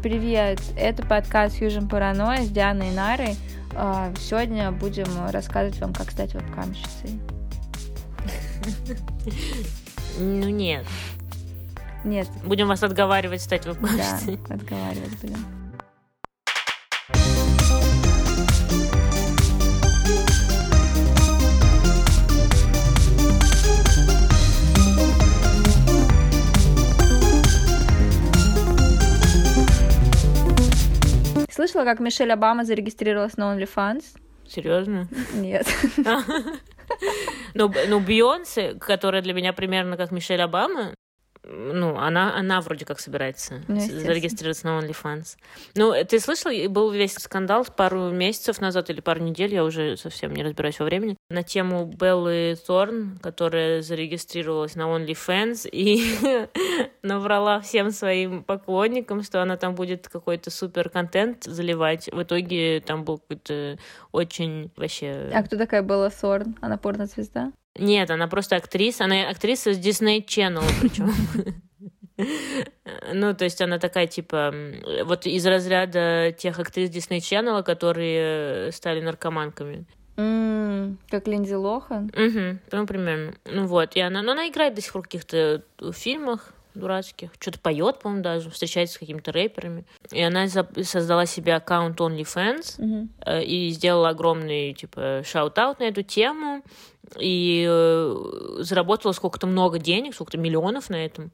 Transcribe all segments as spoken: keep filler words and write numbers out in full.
Привет, это подкаст Fusion Paranoia с Дианой и Нарой. Сегодня будем рассказывать вам, как стать вебкамщицей. Ну нет. Нет. Будем вас отговаривать стать вебкамщицей. Да, отговаривать будем. Слышала, как Мишель Обама зарегистрировалась на OnlyFans? Серьезно? Нет. Ну, ну, Бейонсе, которая для меня примерно как Мишель Обама, ну, она, она вроде как собирается ну, зарегистрироваться на OnlyFans. Ну, ты слышал, был весь скандал пару месяцев назад или пару недель, я уже совсем не разбираюсь во времени, на тему Беллы Торн, которая зарегистрировалась на OnlyFans и наврала всем своим поклонникам, что она там будет какой-то супер контент заливать. В итоге там был какой-то очень вообще... А кто такая Белла Торн? Она порнозвезда? Нет, она просто актриса. Она актриса с Disney Channel, причем. Ну, то есть она такая, типа, вот из разряда тех актрис Disney Channel, которые стали наркоманками. Mm, как Линдси Лохан? Угу, ну, примерно. Ну, вот. И она, ну, она играет до сих пор в каких-то фильмах дурацких. Что-то поет, по-моему, даже. Встречается с какими-то рэперами. И она создала себе аккаунт OnlyFans mm-hmm. и сделала огромный, типа, шаут-аут на эту тему. И э, заработала сколько-то много денег, сколько-то миллионов на этом.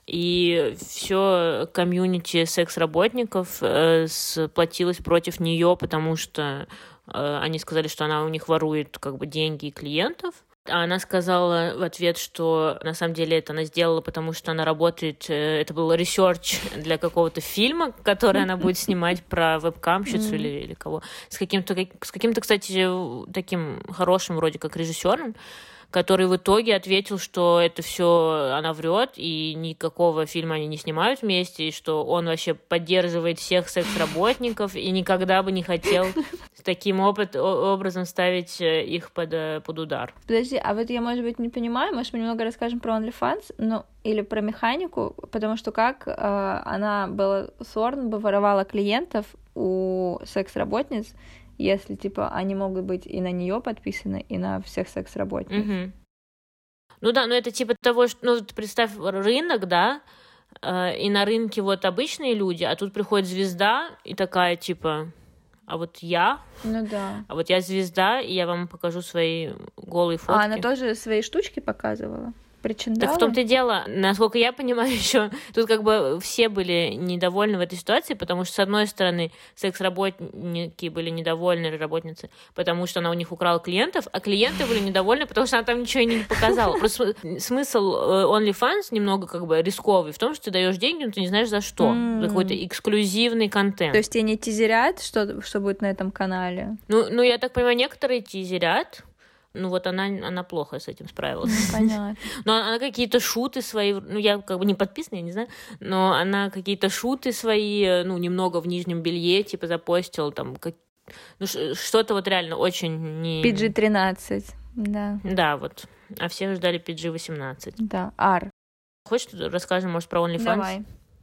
И все комьюнити секс-работников э, сплотилось против нее, потому что э, они сказали, что она у них ворует как бы деньги клиентов. А она сказала в ответ, что на самом деле это она сделала, потому что она работает... Это был ресерч для какого-то фильма, который она будет снимать про вебкамщицу mm. или, или кого. С каким-то, с каким-то, кстати, таким хорошим вроде как режиссером, который в итоге ответил, что это все она врет, и никакого фильма они не снимают вместе, и что он вообще поддерживает всех секс-работников и никогда бы не хотел таким опыт, образом ставить их под, под удар. Подожди, а вот я, может быть, не понимаю, может, мы немного расскажем про OnlyFans, ну, или про механику, потому что как э, она, Белла Торн, бы воровала клиентов у секс-работниц, если, типа, они могут быть и на нее подписаны, и на всех секс-работниц. Угу. Ну да, ну это типа того, что, ну, представь рынок, да, э, и на рынке вот обычные люди, а тут приходит звезда и такая, типа, а вот я, ну да, а вот я звезда, и я вам покажу свои голые фотки. А она тоже свои штучки показывала? Причиндалы? Так в том-то и дело, насколько я понимаю, еще тут как бы все были недовольны в этой ситуации, потому что, с одной стороны, секс-работники были недовольны, работницы, потому что она у них украла клиентов, а клиенты были недовольны, потому что она там ничего и не показала. Просто смысл OnlyFans немного как бы рисковый в том, что ты даешь деньги, но ты не знаешь за что, mm. за какой-то эксклюзивный контент. То есть тебе не тизерят, что, что будет на этом канале? Ну, ну, я так понимаю, некоторые тизерят. Ну вот она, она плохо с этим справилась. Ну, понятно. Но она какие-то шуты свои, ну я как бы не подписана, я не знаю, но она какие-то шуты свои, ну немного в нижнем белье, типа запостила там, как... ну что-то вот реально очень не... пи джи тринадцать, да. Да, вот. А все ждали пи джи восемнадцать. Да, ар. Хочешь, расскажем, может, про OnlyFans? Давай.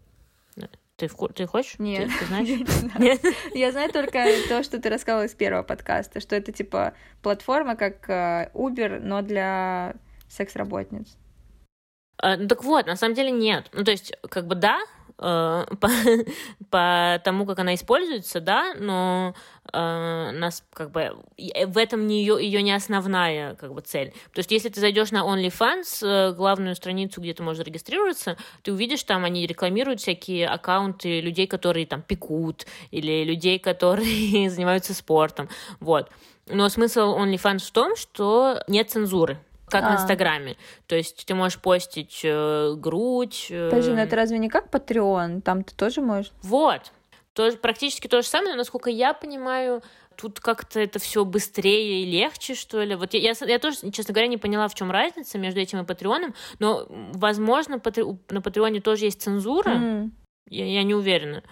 Ты, ты хочешь? Нет. Ты, ты знаешь? Я не знаю. Я знаю только то, что ты рассказывала из первого подкаста, что это типа платформа как Uber, но для секс-работниц. А, ну так вот, на самом деле нет. Ну то есть, как бы да, э, по, по тому, как она используется, да, но э, нас как бы в этом не ее, ее не основная как бы цель. То есть, если ты зайдешь на OnlyFans, главную страницу, где ты можешь зарегистрироваться, ты увидишь, там они рекламируют всякие аккаунты людей, которые там пекут, или людей, которые занимаются спортом, вот. Но смысл OnlyFans в том, что нет цензуры. Как а. в Инстаграме. То есть ты можешь постить э, грудь. Э... Подожди, ну это разве не как Patreon? Там ты тоже можешь? Вот. Тоже, практически то же самое, но, насколько я понимаю, тут как-то это все быстрее и легче, что ли. Вот я, я, я тоже, честно говоря, не поняла, в чем разница между этим и Патреоном, но, возможно, патри... на Патреоне тоже есть цензура. Mm. Я, я не уверена.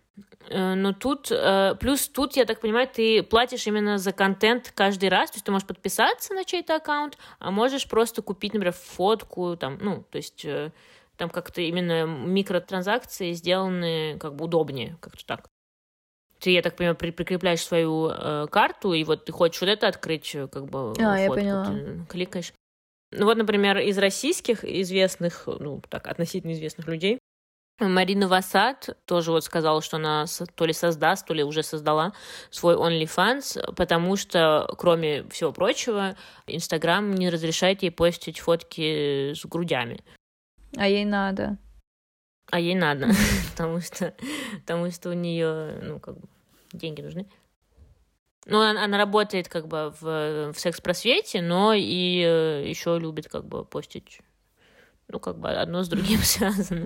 Но тут, плюс тут, я так понимаю, ты платишь именно за контент каждый раз, то есть ты можешь подписаться на чей-то аккаунт, а можешь просто купить, например, фотку, там, ну, то есть там как-то именно микротранзакции сделаны как бы удобнее, как-то так. Ты, я так понимаю, при- прикрепляешь свою э, карту, и вот ты хочешь вот это открыть, как бы а, фотку, ты кликаешь. Ну вот, например, из российских известных, ну так, относительно известных людей, Марина Васад тоже вот сказала, что она то ли создаст, то ли уже создала свой OnlyFans, потому что, кроме всего прочего, Инстаграм не разрешает ей постить фотки с грудями. А ей надо. А ей надо, потому что, потому что у нее, ну, как бы, деньги нужны. Ну, она, она работает как бы в, в секс-просвете, но и э, еще любит как бы постить, ну, как бы одно с другим связано.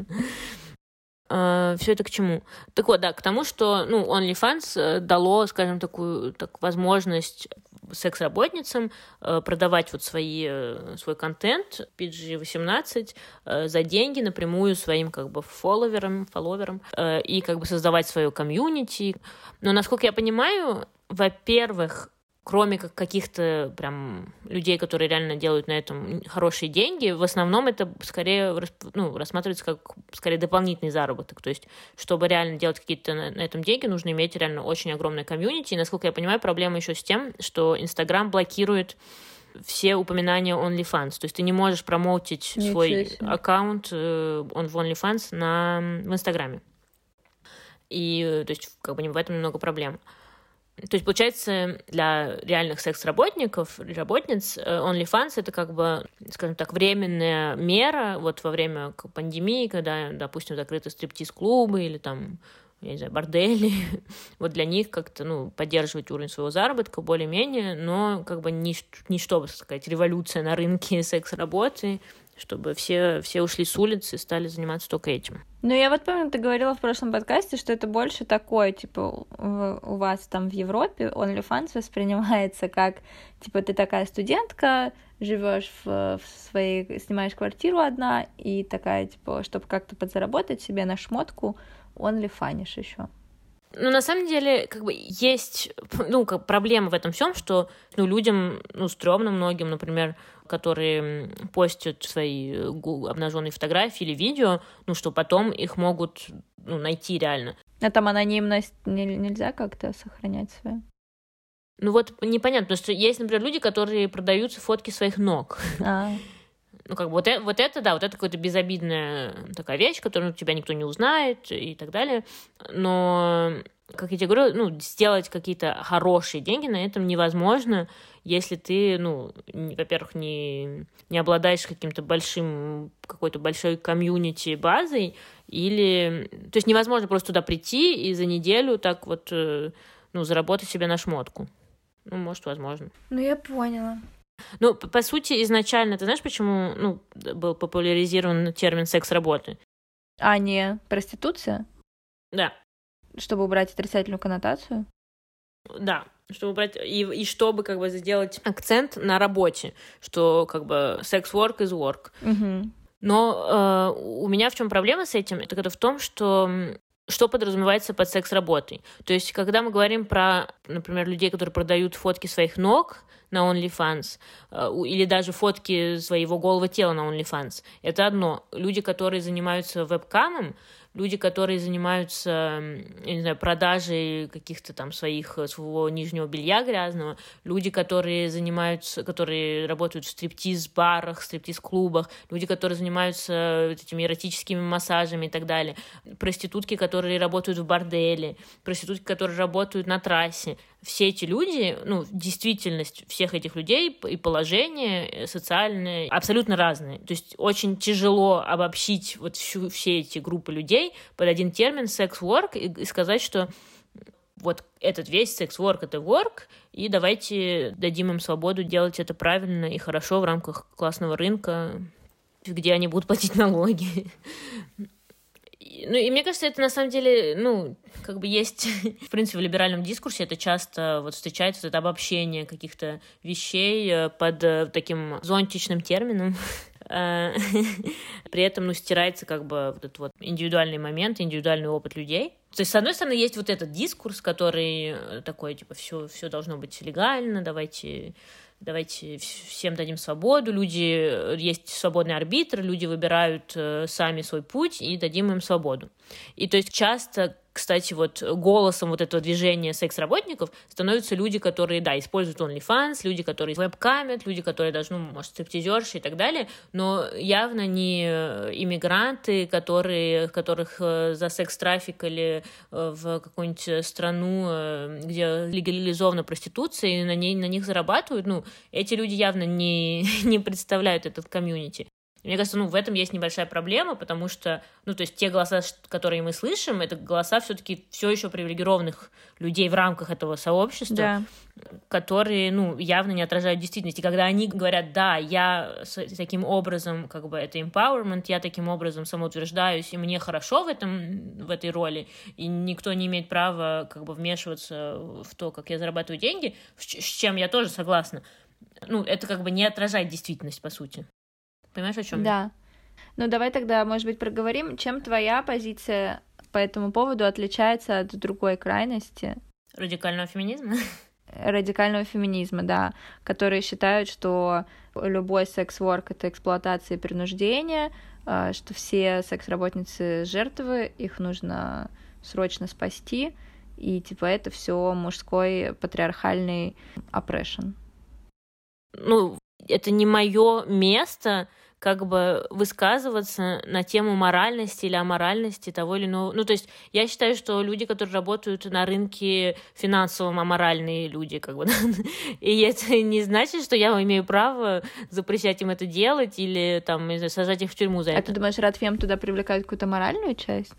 Все это к чему? Так вот, да, к тому, что, ну, OnlyFans дало, скажем, такую так, возможность секс-работницам э, продавать вот свои, э, свой контент пи джи восемнадцать э, за деньги напрямую своим как бы фолловерам, фолловерам э, и как бы создавать свое комьюнити. Но, насколько я понимаю, во-первых, кроме как каких-то прям людей, которые реально делают на этом хорошие деньги, в основном это скорее, ну, рассматривается как скорее дополнительный заработок. То есть, чтобы реально делать какие-то на, на этом деньги, нужно иметь реально очень огромное комьюнити. И, насколько я понимаю, проблема еще с тем, что Инстаграм блокирует все упоминания OnlyFans. То есть ты не можешь промоутить Ничего свой себе. аккаунт э, он в OnlyFans на, в Инстаграме. И, то есть, как бы в этом немного проблем. То есть, получается, для реальных секс-работников, работниц, OnlyFans — это как бы, скажем так, временная мера вот во время пандемии, когда, допустим, закрыты стриптиз-клубы или там, я не знаю, бордели. Вот для них как-то, ну, поддерживать уровень своего заработка более-менее, но как бы не, не чтобы, так сказать, революция на рынке секс-работы, чтобы все, все ушли с улицы и стали заниматься только этим. Ну, я вот помню, ты говорила в прошлом подкасте, что это больше такое, типа, у вас там в Европе OnlyFans воспринимается как, типа, ты такая студентка, живешь в, в своей, снимаешь квартиру одна, и такая, типа, чтобы как-то подзаработать себе на шмотку, OnlyFanишь еще. Ну, на самом деле, как бы есть, ну, как проблема в этом всем, что, ну, людям, ну, стрёмно многим, например, которые постят свои обнаженные фотографии или видео, ну, что потом их могут, ну, найти реально. А там анонимность нельзя как-то сохранять свою? Ну, вот непонятно, потому что есть, например, люди, которые продают фотки своих ног. А. Ну, как бы вот это, вот это, да, вот это какая-то безобидная такая вещь, которую тебя никто не узнает и так далее. Но, как я тебе говорю, ну, сделать какие-то хорошие деньги на этом невозможно, если ты, ну, не, во-первых, не, не обладаешь каким-то большим, какой-то большой комьюнити базой, или... То есть невозможно просто туда прийти и за неделю так вот, ну, заработать себе на шмотку. Ну, может, возможно. Ну, я поняла. Ну, по, по сути, изначально, ты знаешь, почему, ну, был популяризирован термин секс-работы? А не проституция? Да. Чтобы убрать отрицательную коннотацию? Да, чтобы убрать, и, и чтобы, как бы, сделать акцент на работе, что, как бы, sex-work is work. Угу. Но э, у меня в чем проблема с этим? Это когда в том, что... Что подразумевается под секс-работой? То есть, когда мы говорим про, например, людей, которые продают фотки своих ног на OnlyFans, или даже фотки своего голого тела на OnlyFans, это одно. Люди, которые занимаются вебкамом, люди, которые занимаются, я не знаю, продажей каких-то там своих, своего нижнего белья грязного, люди, которые занимаются, которые работают в стриптиз-барах, стриптиз-клубах, люди, которые занимаются этими эротическими массажами и так далее, проститутки, которые работают в борделе, проститутки, которые работают на трассе. Все эти люди, ну, действительность всех этих людей и положение социальное абсолютно разные. То есть очень тяжело обобщить вот всю, все эти группы людей под один термин секс-ворк и, и сказать, что вот этот весь секс-ворк — это work, и давайте дадим им свободу делать это правильно и хорошо в рамках классного рынка, где они будут платить налоги. Ну, и мне кажется, это на самом деле, ну, как бы есть, в принципе, в либеральном дискурсе это часто вот встречается, вот это обобщение каких-то вещей под таким зонтичным термином. При этом, ну, стирается как бы вот этот вот индивидуальный момент, индивидуальный опыт людей. То есть, с одной стороны, есть вот этот дискурс, который такой, типа, все, все должно быть легально, давайте давайте всем дадим свободу, люди, есть свободный арбитр, люди выбирают сами свой путь и дадим им свободу. И то есть часто, кстати, вот голосом вот этого движения секс-работников становятся люди, которые, да, используют OnlyFans, люди, которые вебкамят, люди, которые даже, ну, может, стриптизерши и так далее, но явно не иммигранты, которые, которых за секс-трафик или в какую-нибудь страну, где легализована проституция, и на, ней, на них зарабатывают, ну, эти люди явно не, не представляют этот комьюнити. Мне кажется, ну, в этом есть небольшая проблема, потому что, ну, то есть те голоса, которые мы слышим, это голоса все-таки все еще привилегированных людей в рамках этого сообщества, да. которые, ну, явно не отражают действительность. И когда они говорят, да, я с таким образом, как бы, это empowerment, я таким образом самоутверждаюсь, и мне хорошо в этом, в этой роли, и никто не имеет права, как бы, вмешиваться в то, как я зарабатываю деньги, с чем я тоже согласна. Ну, это, как бы, не отражает действительность, по сути. Понимаешь, о чем? Да. Ну, давай тогда, может быть, проговорим, чем твоя позиция по этому поводу отличается от другой крайности? Радикального феминизма? Радикального феминизма, да, которые считают, что любой секс-ворк — это эксплуатация и принуждение, что все секс-работницы — жертвы, их нужно срочно спасти, и, типа, это все мужской патриархальный oppression. Ну, это не мое место как бы высказываться на тему моральности или аморальности того или иного. Ну, то есть я считаю, что люди, которые работают на рынке финансовом, аморальные люди, как бы. И это не значит, что я имею право запрещать им это делать или там, не знаю, сажать их в тюрьму за это. А ты думаешь, Радфем туда привлекают какую-то моральную часть?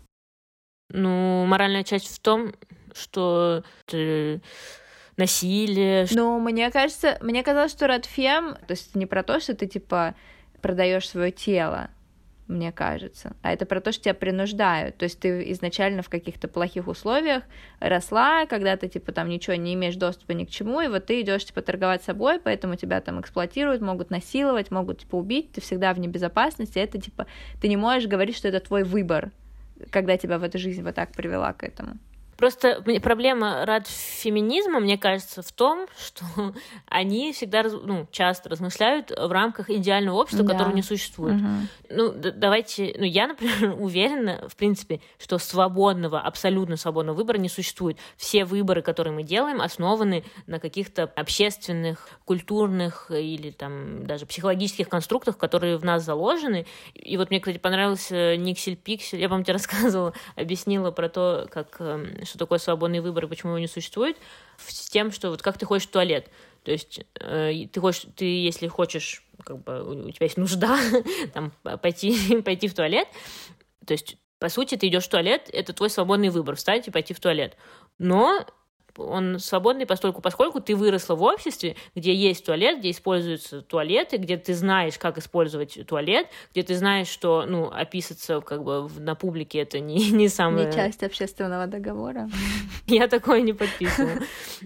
Ну, моральная часть в том, что ты... насилие. Ну, мне кажется, мне казалось, что Радфем, то есть не про то, что ты, типа, продаешь свое тело, мне кажется, а это про то, что тебя принуждают. То есть ты изначально в каких-то плохих условиях росла, когда ты, типа, там ничего не имеешь доступа ни к чему, и вот ты идешь, типа, торговать собой, поэтому тебя там эксплуатируют, могут насиловать, могут, типа, убить, ты всегда в небезопасности, это, типа, ты не можешь говорить, что это твой выбор, когда тебя в эту жизнь вот так привела к этому. Просто проблема радфеминизма, мне кажется, в том, что они всегда, ну, часто размышляют в рамках идеального общества, да. которого не существует. Угу. Ну, д- давайте... Ну, я, например, уверена, в принципе, что свободного, абсолютно свободного выбора не существует. Все выборы, которые мы делаем, основаны на каких-то общественных, культурных или там даже психологических конструктах, которые в нас заложены. И вот мне, кстати, понравился Никсель Пиксель. Я, по-моему, тебе рассказывала, объяснила про то, как... что такое свободный выбор и почему его не существует, с тем, что вот как ты ходишь в туалет. То есть э, ты, хочешь, ты, если хочешь, как бы у тебя есть нужда там, пойти, пойти в туалет, то есть, по сути, ты идешь в туалет, это твой свободный выбор, встать и пойти в туалет. Но он свободный постольку, поскольку ты выросла в обществе, где есть туалет, где используются туалеты, где ты знаешь, как использовать туалет, где ты знаешь, что, ну, описаться как бы на публике это не, не самое... Не часть общественного договора. Я такое не подписывала.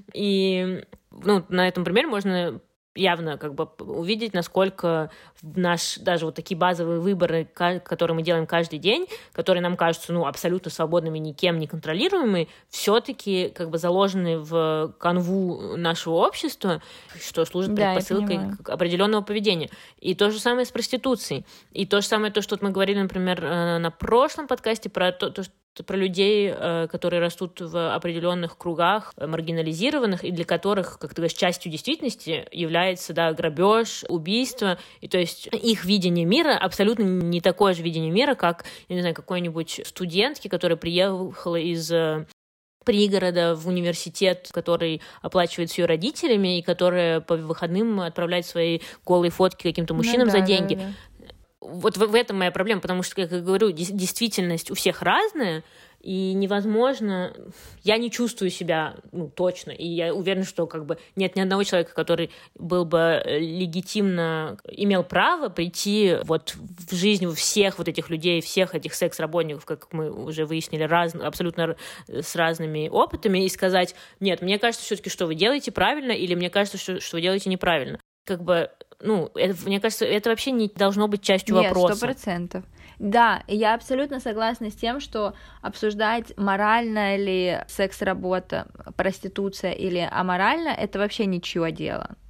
И, ну, на этом примере можно явно как бы увидеть, насколько наш, даже вот такие базовые выборы, которые мы делаем каждый день, которые нам кажутся, ну, абсолютно свободными, никем не контролируемыми, все-таки как бы заложены в канву нашего общества, что служит предпосылкой да, определенного поведения. И то же самое с проституцией. И то же самое то, что вот мы говорили, например, на прошлом подкасте про то, то что про людей, которые растут в определенных кругах, маргинализированных, и для которых, как ты говоришь, частью действительности является, да, грабеж, убийство, и то есть их видение мира абсолютно не такое же видение мира, как, я не знаю, какой-нибудь студентки, которая приехала из пригорода в университет, который оплачивается ее родителями, и которая по выходным отправляет свои голые фотки каким-то мужчинам ну, да, за деньги. Да, да. Вот в, в этом моя проблема, потому что, как я говорю, действительность у всех разная, и невозможно... Я не чувствую себя, ну, точно, и я уверена, что как бы нет ни одного человека, который был бы легитимно, имел право прийти вот в жизнь всех вот этих людей, всех этих секс-работников, как мы уже выяснили, раз, абсолютно с разными опытами, и сказать, нет, мне кажется все-таки, что вы делаете правильно, или мне кажется, что, что вы делаете неправильно. Как бы, ну, это, мне кажется, это вообще не должно быть частью Нет, вопроса. сто процентов. Да, я абсолютно согласна с тем, что обсуждать, морально ли секс-работа, проституция или аморально, это вообще ничье дело.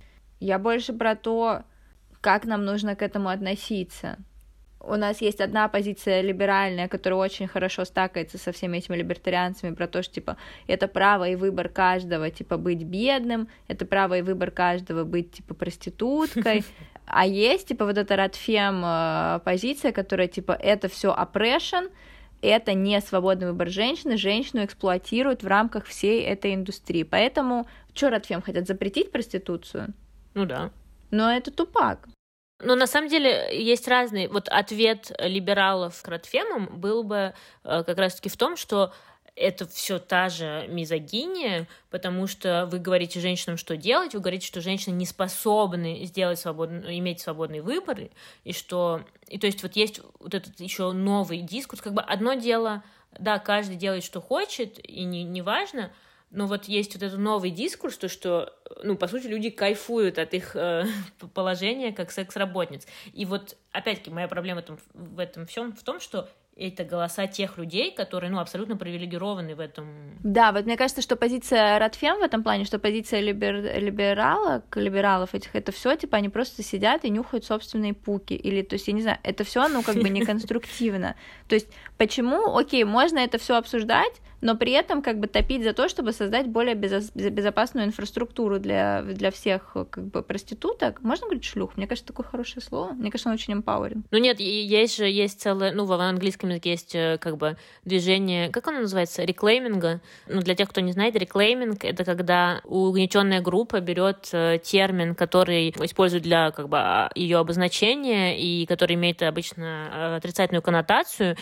Я больше про то, как нам нужно к этому относиться. У нас есть одна позиция либеральная, которая очень хорошо стакается со всеми этими либертарианцами про то, что, типа, это право и выбор каждого, типа, быть бедным, это право и выбор каждого быть, типа, проституткой, а есть, типа, вот эта радфем позиция, которая, типа, это все oppression, это не свободный выбор женщины, женщину эксплуатируют в рамках всей этой индустрии, поэтому, что радфем хотят, запретить проституцию? Ну да. Но это тупак. Но на самом деле есть разные... Вот ответ либералов к радфемам был бы э, как раз-таки в том, что это все та же мизогиния, потому что вы говорите женщинам, что делать, вы говорите, что женщины не способны сделать свободный, иметь свободный выбор, и что... И то есть вот есть вот этот еще новый дискурс. Как бы одно дело, да, каждый делает, что хочет, и не, не важно, но вот есть вот этот новый дискурс, то, что, ну, по сути, люди кайфуют от их э, положения как секс-работниц. И вот, опять-таки, моя проблема в этом, в этом всем в том, что это голоса тех людей, которые, ну, абсолютно привилегированы в этом. Да, вот мне кажется, что позиция радфем в этом плане, что позиция либер... либералок, либералов этих, это все, типа, они просто сидят и нюхают собственные пуки, или, то есть, я не знаю, это все, ну, как бы неконструктивно. То есть, почему, окей, можно это все обсуждать, но при этом как бы топить за то, чтобы создать более безопасную инфраструктуру для, для всех как бы проституток. Можно говорить шлюх? Мне кажется, такое хорошее слово. Мне кажется, он очень empowering. Ну нет, есть же, есть целое, ну, в английском языке есть как бы движение, как оно называется, реклейминга. Ну, для тех, кто не знает, реклейминг — это когда угнетенная группа берет термин, который использует для как бы ее обозначения и который имеет обычно отрицательную коннотацию,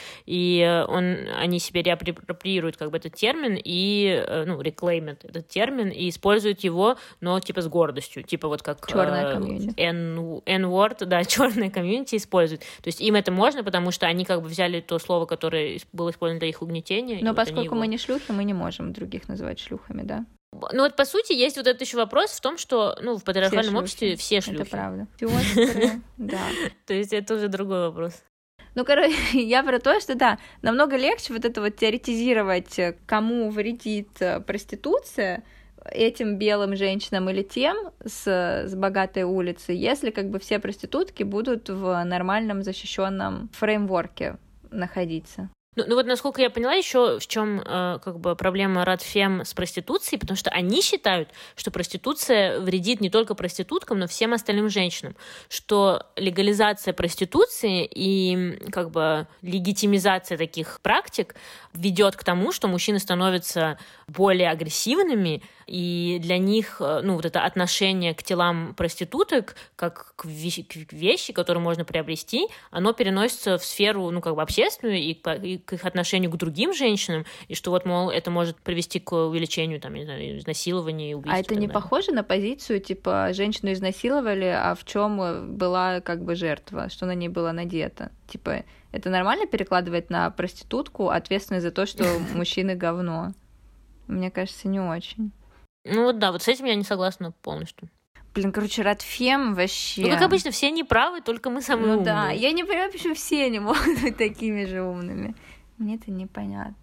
и он, они себе реапроприируют как бы этот термин и, ну, рекламят этот термин и используют его, но типа с гордостью, типа вот как черная комьюнити. N-word, да, черная комьюнити используют. То есть им это можно, потому что они как бы взяли то слово, которое было использовано для их угнетения. Но вот поскольку его... мы не шлюхи, мы не можем других называть шлюхами, да? Ну вот по сути есть вот этот еще вопрос в том, что, ну, в патриархальном обществе все шлюхи. Это правда. Теория, да. То есть это уже другой вопрос. Ну, короче, я про то, что, да, намного легче вот это вот теоретизировать, кому вредит проституция, этим белым женщинам или тем с, с богатой улицы, если как бы все проститутки будут в нормальном защищенном фреймворке находиться. Ну, ну вот, насколько я поняла, еще в чем э, как бы проблема радфем с проституцией, потому что они считают, что проституция вредит не только проституткам, но всем остальным женщинам, что легализация проституции и как бы легитимизация таких практик ведет к тому, что мужчины становятся более агрессивными, и для них, ну, вот это отношение к телам проституток, как к вещи, к вещи, которые можно приобрести, оно переносится в сферу, ну, как бы общественную и к, и к их отношению к другим женщинам, и что вот, мол, это может привести к увеличению, там, не знаю, изнасилований, убийств. А это не похоже на позицию, типа, женщину изнасиловали, а в чем была, как бы, жертва, что на ней было надето? Типа, это нормально перекладывать на проститутку ответственность за то, что мужчины говно? Мне кажется, не очень. Ну вот да, вот с этим я не согласна полностью. Блин, короче, радфем вообще... Ну, как обычно, все неправы, только мы самые ну, умные. Ну да, я не понимаю, почему все не могут быть такими же умными. Мне это непонятно.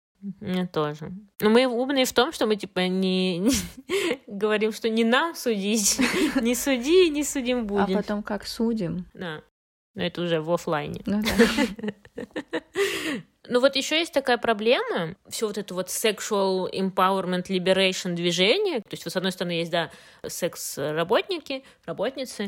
Мне тоже. Но мы умные в том, что мы, типа, не, не говорим, что не нам судить, не суди, не судим будем. А потом как судим? Да, но это уже в офлайне. Ну да. Ну вот еще есть такая проблема, все вот это вот sexual empowerment liberation движение, то есть вот с одной стороны есть, да, секс-работники, работницы,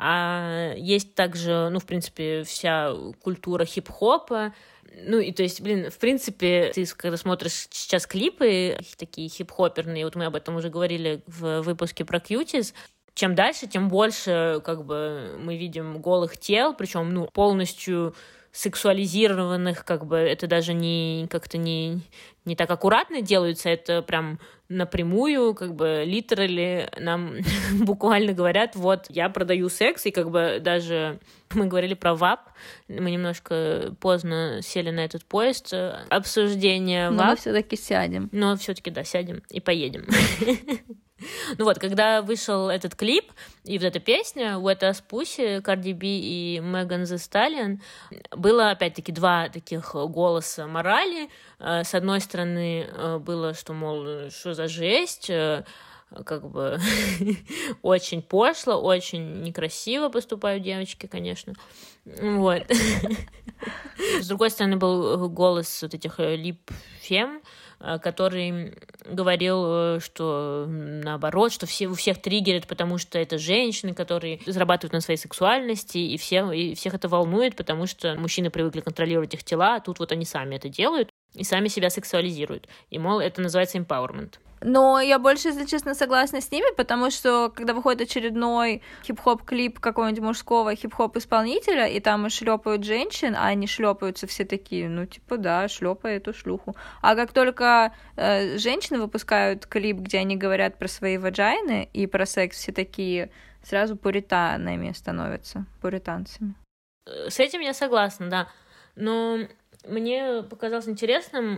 а есть также, ну, в принципе, вся культура хип-хопа, ну, и то есть, блин, в принципе, ты когда смотришь сейчас клипы такие хип-хоперные, вот мы об этом уже говорили в выпуске про Cuties, чем дальше, тем больше, как бы, мы видим голых тел, причем, ну, полностью сексуализированных, как бы, это даже не как-то не, не так аккуратно делается, это прям напрямую, как бы, литерали нам буквально говорят, вот, я продаю секс, и как бы даже мы говорили про вап, мы немножко поздно сели на этот поезд обсуждения вап. Но мы все-таки сядем. Но все-таки, да, сядем и поедем. Ну вот, когда вышел этот клип, и вот эта песня Wet Ass Pussy, Cardi B и Megan Thee Stallion, было, опять-таки, два таких голоса морали. С одной стороны, было, что, мол, что за жесть, как бы очень пошло, очень некрасиво поступают девочки, конечно. Вот. С другой стороны, был голос вот этих лип-фем, который говорил, что наоборот, что все, у всех триггерит, потому что это женщины, которые зарабатывают на своей сексуальности, и, все, и всех это волнует, потому что мужчины привыкли контролировать их тела, а тут вот они сами это делают и сами себя сексуализируют. И, мол, это называется empowerment. Но я больше, если честно, согласна с ними, потому что, когда выходит очередной хип-хоп-клип какого-нибудь мужского хип-хоп-исполнителя, и там шлепают женщин, а они шлепаются все такие, ну, типа, да, шлепай эту шлюху. А как только э, женщины выпускают клип, где они говорят про свои ваджайны и про секс, все такие сразу пуританами становятся, пуританцами. С этим я согласна, да. Но мне показалось интересным,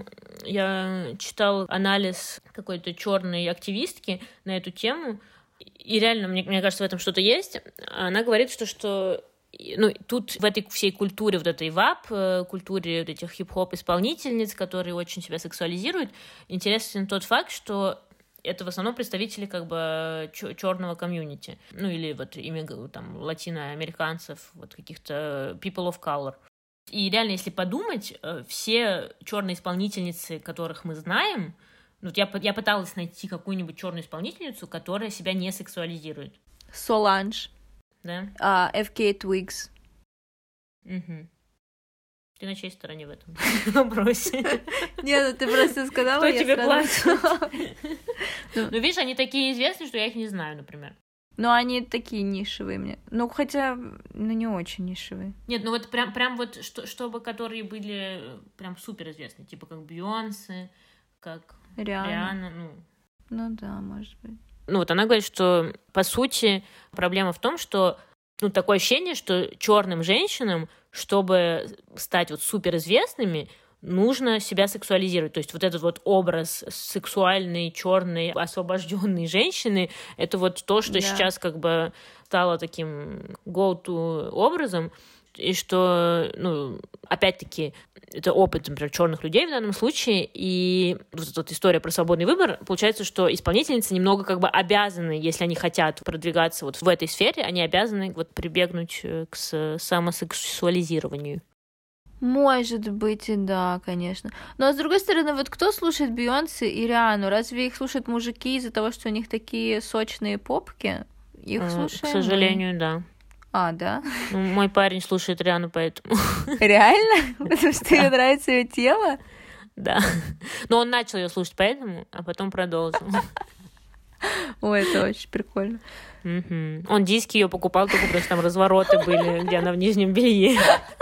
я читала анализ какой-то черной активистки на эту тему, и реально, мне, мне кажется, в этом что-то есть. Она говорит, что, что ну, тут в этой всей культуре, вот этой вап, культуре вот этих хип-хоп-исполнительниц, которые очень себя сексуализируют, интересен тот факт, что это в основном представители как бы черного комьюнити, ну или вот именно там латиноамериканцев, вот каких-то people of color. И реально, если подумать, все черные исполнительницы, которых мы знаем, ну, я, я пыталась найти какую-нибудь черную исполнительницу, которая себя не сексуализирует. Соланж. Да? Uh, эф кей Twigs. Угу. Ты на чьей стороне в этом вопросе? Нет, ну ты просто сказала, кто я тебе сразу... платит? Ну, видишь, они такие известные, что я их не знаю, например. Ну, они такие нишевые мне. Ну, хотя, ну, не очень нишевые. Нет, ну вот прям, прям вот, что, чтобы которые были прям супер известны, типа как Бейонсе, как Риhanna. Риhanna, ну... Ну да, может быть. Ну вот она говорит, что, по сути, проблема в том, что, ну, такое ощущение, что черным женщинам, чтобы стать вот суперизвестными, нужно себя сексуализировать. То есть вот этот вот образ сексуальной, черной, освобожденной женщины, это вот то, что да. сейчас как бы стало таким go-to образом, и что, ну, опять-таки, это опыт, например, черных людей в данном случае, и вот эта вот история про свободный выбор, получается, что исполнительницы немного как бы обязаны, если они хотят продвигаться вот в этой сфере, они обязаны вот прибегнуть к самосексуализированию. Может быть, и да, конечно. Но, с другой стороны, вот кто слушает Бейонсе и Риану? Разве их слушают мужики из-за того, что у них такие сочные попки? Их а, слушаем? К сожалению, мы. Да. А, да? Ну, мой парень слушает Риану, поэтому... Реально? Потому что тебе нравится ее тело? Да. Но он начал ее слушать поэтому, а потом продолжил. Ой, это очень прикольно. Угу. Он диски ее покупал только потому, что там развороты были, где она в нижнем белье.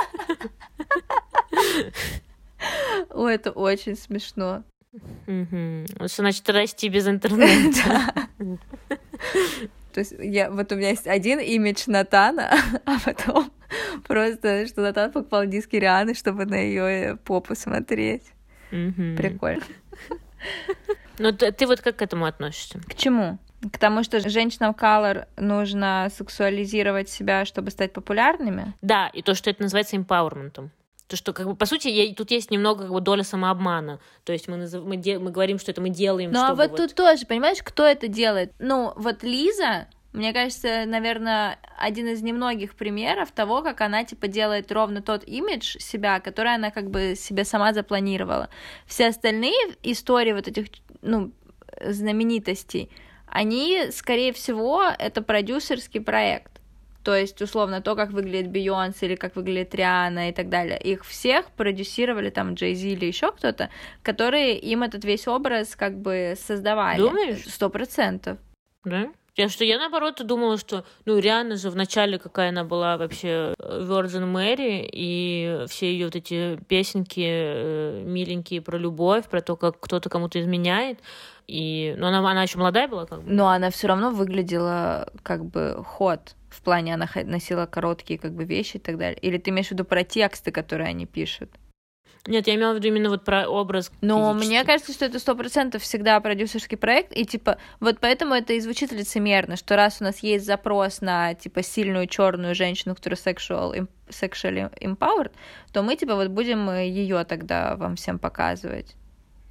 Ой, это очень смешно. Угу. Что значит расти без интернета? То есть я, вот у меня есть один имидж Натана, а потом просто, что Натан покупал диски Рианы, чтобы на ее попу смотреть. Mm-hmm. Прикольно. Ну, ты, ты вот как к этому относишься? К чему? К тому, что женщинам color нужно сексуализировать себя, чтобы стать популярными? Да, и то, что это называется эмпауэрментом. То, что, как бы, по сути, я, тут есть немного как бы доля самообмана. То есть мы, назов, мы, де, мы говорим, что это мы делаем, ну, чтобы... Ну, а вот, вот тут тоже, понимаешь, кто это делает? Ну, вот Лиза, мне кажется, наверное, один из немногих примеров того, как она, типа, делает ровно тот имидж себя, который она, как бы, себе сама запланировала. Все остальные истории вот этих, ну, знаменитостей, они, скорее всего, это продюсерский проект. То есть, условно, то, как выглядит Бейонсе или как выглядит Риhanna и так далее. Их всех продюсировали там Джей-Зи или еще кто-то, которые им этот весь образ как бы создавали. Думаешь? Сто процентов. Да? Я, что я, наоборот, думала, что, ну, Риhanna же вначале, какая она была вообще Virgin Mary, и все ее вот эти песенки э, миленькие про любовь, про то, как кто-то кому-то изменяет, и, ну, она, она еще молодая была, как бы. Но она все равно выглядела как бы hot. В плане она носила короткие как бы вещи и так далее. Или ты имеешь в виду про тексты, которые они пишут? Нет, я имела в виду именно вот про образ. Но мне кажется, что это сто процентов всегда продюсерский проект, и типа вот поэтому это и звучит лицемерно, что раз у нас есть запрос на типа сильную черную женщину, которая sexual, sexually empowered, то мы типа вот будем ее тогда вам всем показывать.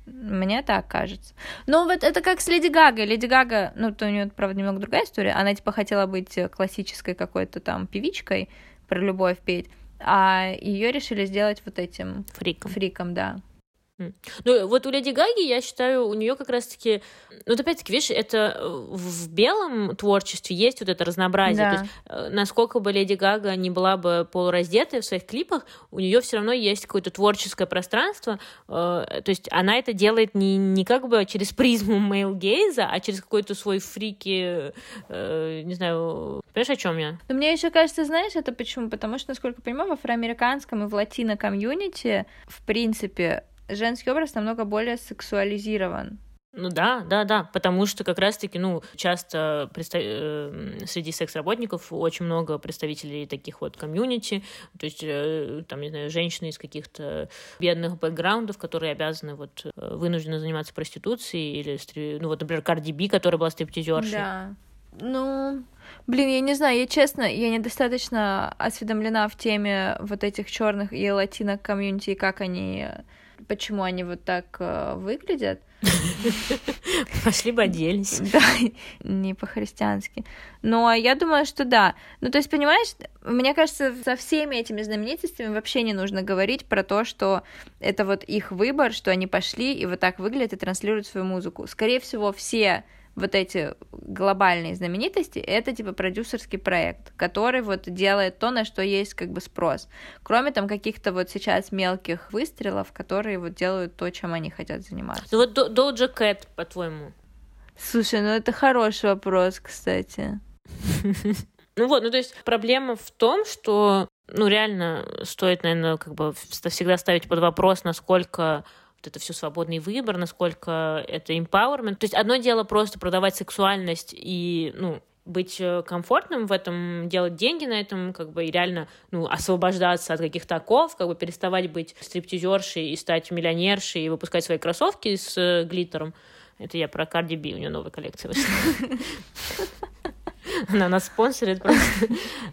Мне так кажется. Но вот это как с Леди Гагой. Леди Гага, ну, то у нее, правда, немного другая история. Она, типа, хотела быть классической какой-то там певичкой, про любовь петь, а ее решили сделать вот этим... Фриком. Фриком, да. Ну, вот у Леди Гаги, я считаю, у нее как раз-таки... Ну, вот опять-таки, видишь, это в белом творчестве есть вот это разнообразие. Да. То есть, насколько бы Леди Гага не была бы полураздетой в своих клипах, у нее все равно есть какое-то творческое пространство. То есть она это делает не, не как бы через призму мейл-гейза, а через какой-то свой фрики... Не знаю... Понимаешь, о чем я? Но мне еще кажется, знаешь, это почему? Потому что, насколько я понимаю, в афроамериканском и в латино-комьюнити, в принципе, женский образ намного более сексуализирован. Ну да, да, да, потому что как раз-таки, ну, часто представ... среди секс-работников очень много представителей таких вот комьюнити, то есть, там, не знаю, женщины из каких-то бедных бэкграундов, которые обязаны вот вынуждены заниматься проституцией, или, ну, вот, например, Карди Би, которая была стриптизершей. Да. Ну, блин, я не знаю, я честно, я недостаточно осведомлена в теме вот этих черных и латино-комьюнити, и как они, почему они вот так э, выглядят. Пошли бы оделись. Да, не по-христиански. Но я думаю, что да. Ну, то есть, понимаешь, мне кажется, со всеми этими знаменитостями вообще не нужно говорить про то, что это вот их выбор, что они пошли и вот так выглядят и транслируют свою музыку. Скорее всего, все вот эти глобальные знаменитости, это типа продюсерский проект, который вот делает то, на что есть как бы спрос. Кроме там каких-то вот сейчас мелких выстрелов, которые вот делают то, чем они хотят заниматься. Ну вот Доджа Кэт, по-твоему? Слушай, ну это хороший вопрос, кстати. Ну вот, ну то есть проблема в том, что, ну реально стоит, наверное, как бы всегда ставить под вопрос, насколько это все свободный выбор, насколько это empowerment. То есть одно дело просто продавать сексуальность и, ну, быть комфортным в этом, делать деньги на этом, как бы, и реально, ну, освобождаться от каких-то оков, как бы переставать быть стриптизершей и стать миллионершей и выпускать свои кроссовки с глиттером. Это я про Карди Би, у нее новая коллекция вышла. Она нас спонсорит просто.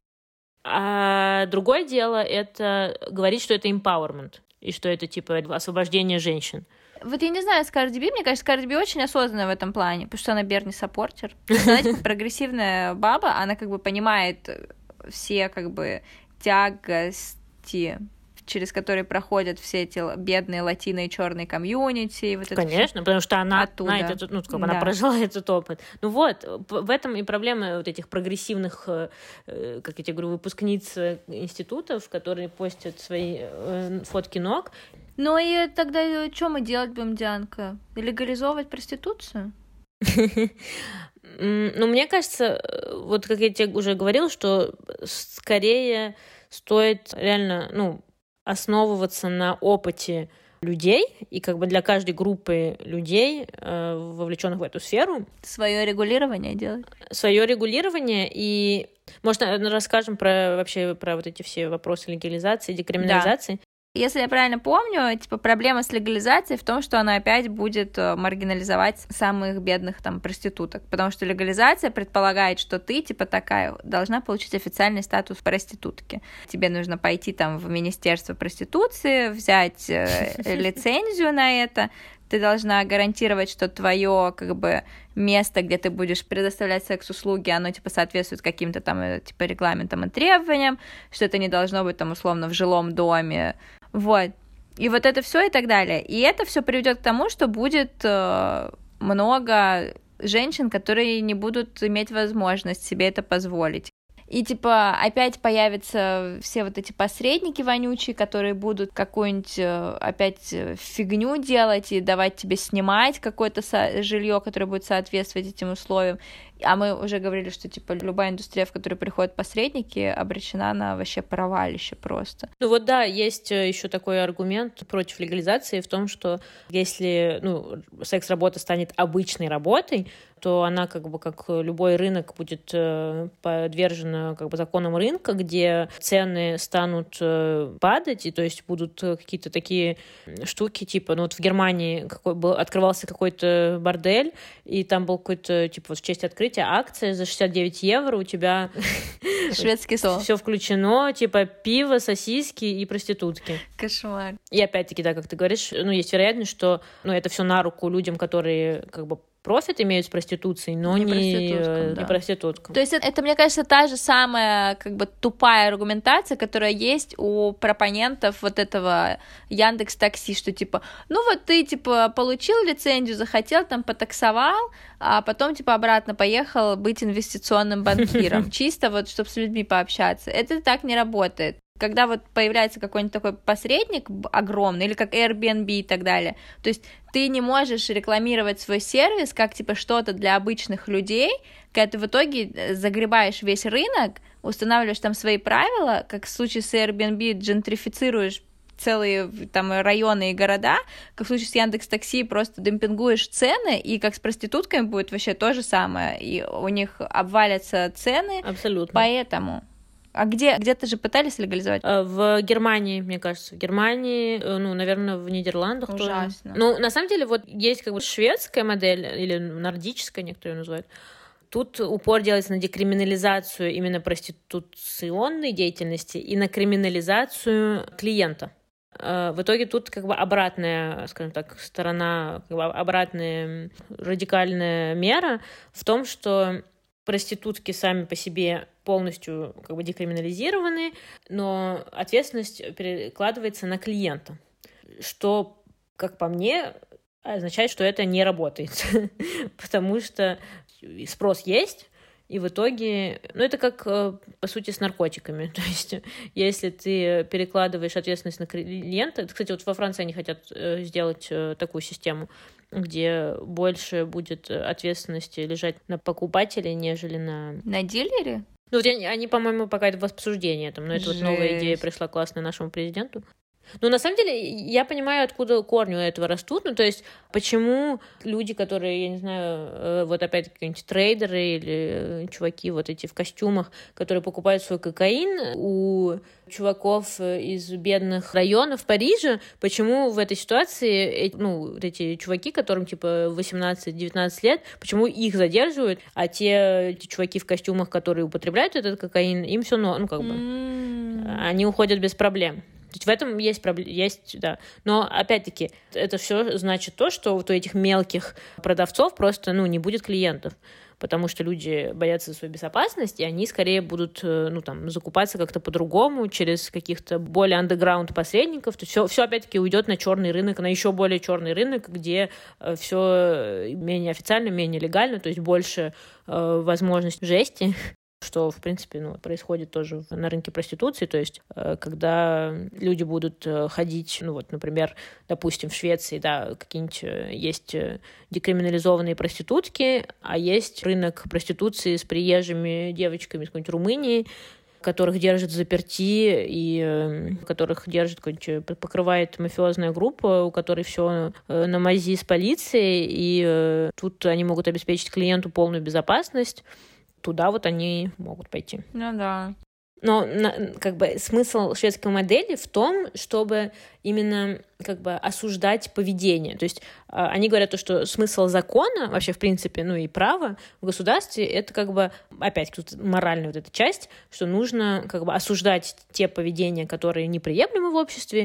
А другое дело — это говорить, что это empowerment. И что это, типа, освобождение женщин. Вот я не знаю, с Карди Би, мне кажется, Карди Би очень осознанная в этом плане, потому что она Берни саппортер. Знаете, прогрессивная баба, она как бы понимает все, как бы, тягости, через которые проходят все эти бедные латино- и черные комьюнити. Вот Конечно, потому что она знает этот, ну, как бы, да. Она прожила этот опыт. Ну вот, в этом и проблема вот этих прогрессивных, как я тебе говорю, выпускниц институтов, которые постят свои фотки ног. Ну и тогда что мы делать будем, Дианка? Легализовывать проституцию? Ну, мне кажется, вот как я тебе уже говорила, что скорее стоит реально, ну, основываться на опыте людей и как бы для каждой группы людей, э, вовлеченных в эту сферу. Свое регулирование делать. Свое регулирование, и, может, расскажем про вообще про вот эти все вопросы легализации, декриминализации. Да. Если я правильно помню, типа проблема с легализацией в том, что она опять будет маргинализовать самых бедных там проституток, потому что легализация предполагает, что ты типа такая должна получить официальный статус проститутки. Тебе нужно пойти там в Министерство проституции, взять лицензию на это. Ты должна гарантировать, что твое как бы место, где ты будешь предоставлять секс-услуги, оно типа соответствует каким-то там типа регламентам и требованиям, что это не должно быть там условно в жилом доме, вот. И вот это все и так далее. И это все приведет к тому, что будет э, много женщин, которые не будут иметь возможность себе это позволить. И, типа, опять появятся все вот эти посредники вонючие, которые будут какую-нибудь опять фигню делать и давать тебе снимать какое-то со- жилье, которое будет соответствовать этим условиям. А мы уже говорили, что, типа, любая индустрия, в которую приходят посредники, обречена на вообще провалище просто. Ну вот да, есть еще такой аргумент против легализации в том, что если, ну, секс-работа станет обычной работой, то она как бы как любой рынок будет подвержена как бы законам рынка, где цены станут падать, и то есть будут какие-то такие штуки, типа, ну вот в Германии какой был, открывался какой-то бордель, и там был какой-то, типа, вот в честь открытия акция за шестьдесят девять евро, у тебя шведский стол. Все включено, типа пиво, сосиски и проститутки. Кошмар. И опять-таки, да, как ты говоришь, ну, есть вероятность, что ну, это все на руку людям, которые как бы профит имеют с проституцией, но не, не, проституткам, да. не проституткам. То есть это, это, мне кажется, та же самая как бы тупая аргументация, которая есть у пропонентов вот этого Яндекс.Такси, что типа, ну вот ты типа получил лицензию, захотел, там потаксовал, а потом типа обратно поехал быть инвестиционным банкиром, чисто вот, чтобы с людьми пообщаться. Это так не работает. Когда вот появляется какой-нибудь такой посредник огромный, или как Airbnb и так далее, то есть ты не можешь рекламировать свой сервис как, типа, что-то для обычных людей, когда ты в итоге загребаешь весь рынок, устанавливаешь там свои правила, как в случае с Airbnb джентрифицируешь целые там районы и города, как в случае с Яндекс.Такси просто демпингуешь цены, и как с проститутками будет вообще то же самое, и у них обвалятся цены. Абсолютно. Поэтому... А где, где-то же пытались легализовать? В Германии, мне кажется. В Германии, ну, наверное, в Нидерландах тоже. Ужасно. Ну, на самом деле, вот есть как бы шведская модель, или нордическая, некоторые ее называют. Тут упор делается на декриминализацию именно проституционной деятельности и на криминализацию клиента. В итоге тут как бы обратная, скажем так, сторона, как бы обратная радикальная мера в том, что проститутки сами по себе полностью как бы декриминализированы, но ответственность перекладывается на клиента, что, как по мне, означает, что это не работает, потому что спрос есть, и в итоге, ну, это как, по сути, с наркотиками. То есть, если ты перекладываешь ответственность на клиента... Кстати, вот во Франции они хотят сделать такую систему, где больше будет ответственности лежать на покупателе, нежели на... На дилере? Ну, вот они, они, по-моему, пока это в обсуждении, там, но это вот новая идея пришла классная нашему президенту. Но на самом деле я понимаю, откуда корни у этого растут. Ну, то есть, почему люди, которые, я не знаю, вот опять какие-нибудь трейдеры или чуваки вот эти в костюмах, которые покупают свой кокаин у чуваков из бедных районов Парижа, почему в этой ситуации, ну, вот эти чуваки, которым типа восемнадцать-девятнадцать лет, почему их задерживают, а те эти чуваки в костюмах, которые употребляют этот кокаин, им все, ну, как бы, mm. они уходят без проблем. То есть в этом есть проблема, есть, да. Но, опять-таки, это все значит то, что вот у этих мелких продавцов просто, ну, не будет клиентов, потому что люди боятся за свою безопасность, и они скорее будут, ну, там, закупаться как-то по-другому, через каких-то более андеграунд посредников. То есть все, все опять-таки уйдет на черный рынок, на еще более черный рынок, где все менее официально, менее легально, то есть больше э, возможность жести. Что, в принципе, ну, происходит тоже на рынке проституции, то есть когда люди будут ходить, ну вот, например, допустим, в Швеции, да, какие-нибудь есть декриминализованные проститутки, а есть рынок проституции с приезжими девочками из какой-нибудь Румынии, которых держат заперти и которых держит, покрывает мафиозная группа, у которой все на мази с полицией, и тут они могут обеспечить клиенту полную безопасность. Туда вот они могут пойти. Ну да. Но как бы смысл шведской модели в том, чтобы именно как бы осуждать поведение. То есть они говорят, что смысл закона, вообще в принципе, ну и права в государстве, это как бы, опять тут моральная вот эта часть, что нужно как бы осуждать те поведения, которые неприемлемы в обществе,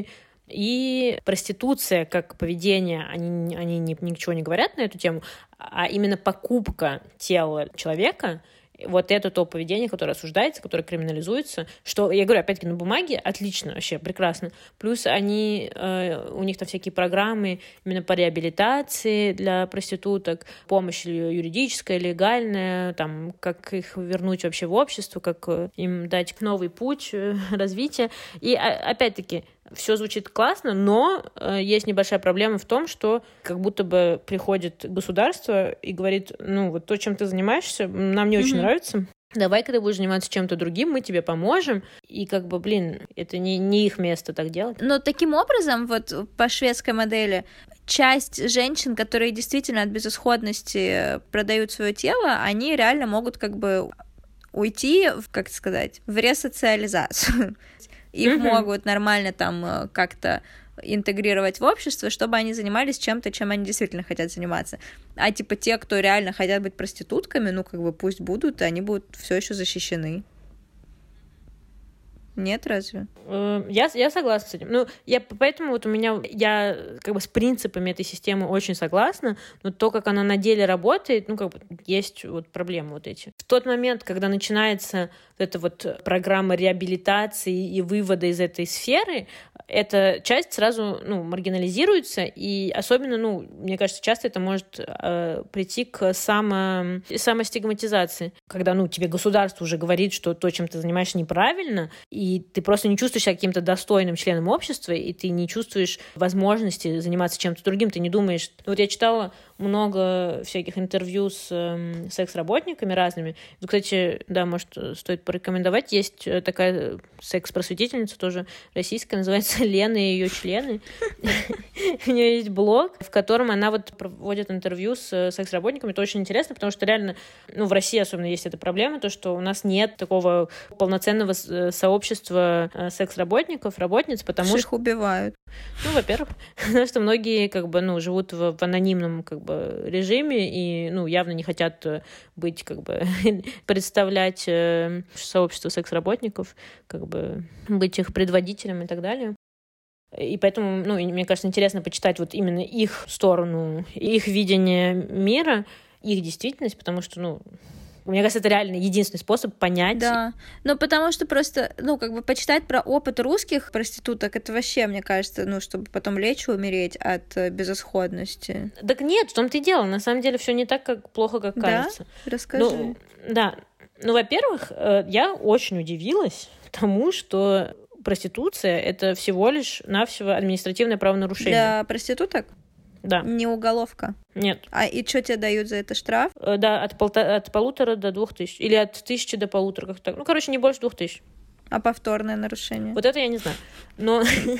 и проституция как поведение, они, они ни, ничего не говорят на эту тему, а именно покупка тела человека, вот это то поведение, которое осуждается, которое криминализуется, что, я говорю, опять-таки, на бумаге отлично, вообще прекрасно. Плюс они, э, у них там всякие программы именно по реабилитации для проституток, помощь юридическая, легальная, там, как их вернуть вообще в общество, как им дать новый путь развития. И, опять-таки, все звучит классно, но э, есть небольшая проблема в том, что как будто бы приходит государство и говорит, ну, вот то, чем ты занимаешься, нам не mm-hmm. очень нравится. Давай, когда будешь заниматься чем-то другим, мы тебе поможем. И как бы, блин, это не, не их место так делать. Но таким образом, вот по шведской модели, часть женщин, которые действительно от безысходности продают свое тело, они реально могут как бы уйти, как сказать, в ресоциализацию. Их mm-hmm. могут нормально там как-то интегрировать в общество, чтобы они занимались чем-то, чем они действительно хотят заниматься. А типа те, кто реально хотят быть проститутками, ну как бы пусть будут, они будут все еще защищены. Нет, разве? Я, я согласна с этим. Ну, я, поэтому вот у меня, я как бы с принципами этой системы очень согласна, но то, как она на деле работает, ну, как бы есть вот проблемы вот эти. В тот момент, когда начинается вот эта вот программа реабилитации и вывода из этой сферы, эта часть сразу, ну, маргинализируется, и особенно, ну, мне кажется, часто это может э, прийти к само, самостигматизации, когда, ну, тебе государство уже говорит, что то, чем ты занимаешься, неправильно, и И ты просто не чувствуешь себя каким-то достойным членом общества, и ты не чувствуешь возможности заниматься чем-то другим, ты не думаешь... Вот я читала много всяких интервью с э, секс-работниками разными. Вот, кстати, да, может, стоит порекомендовать. Есть такая секс-просветительница тоже российская, называется Лена и ее члены. У нее есть блог, в котором она вот проводит интервью с секс-работниками. Это очень интересно, потому что реально, ну, в России особенно есть эта проблема, то, что у нас нет такого полноценного сообщества секс-работников, работниц, потому что... их убивают. Ну, во-первых, потому что многие, как бы, ну, живут в, в анонимном, как бы, режиме и, ну, явно не хотят быть, как бы, представлять сообщество секс-работников, как бы, быть их предводителем и так далее. И поэтому, ну, мне кажется, интересно почитать вот именно их сторону, их видение мира, их действительность, потому что, ну, мне кажется, это реально единственный способ понять. Да, ну потому что просто, ну, как бы почитать про опыт русских проституток, это вообще, мне кажется, ну, чтобы потом лечь и умереть от безысходности. Так нет, в том-то и дело, на самом деле все не так, как плохо, как кажется. Да? Расскажи. Ну, да, ну, во-первых, я очень удивилась тому, что проституция — это всего лишь навсего административное правонарушение. Для проституток? Да. Не уголовка? Нет. А и что тебе дают за это, штраф? Да, от, полта... от полутора до двух тысяч. Или от тысячи до полутора, как так. Ну, короче, не больше двух тысяч. А повторное нарушение? Вот это я не знаю. Но...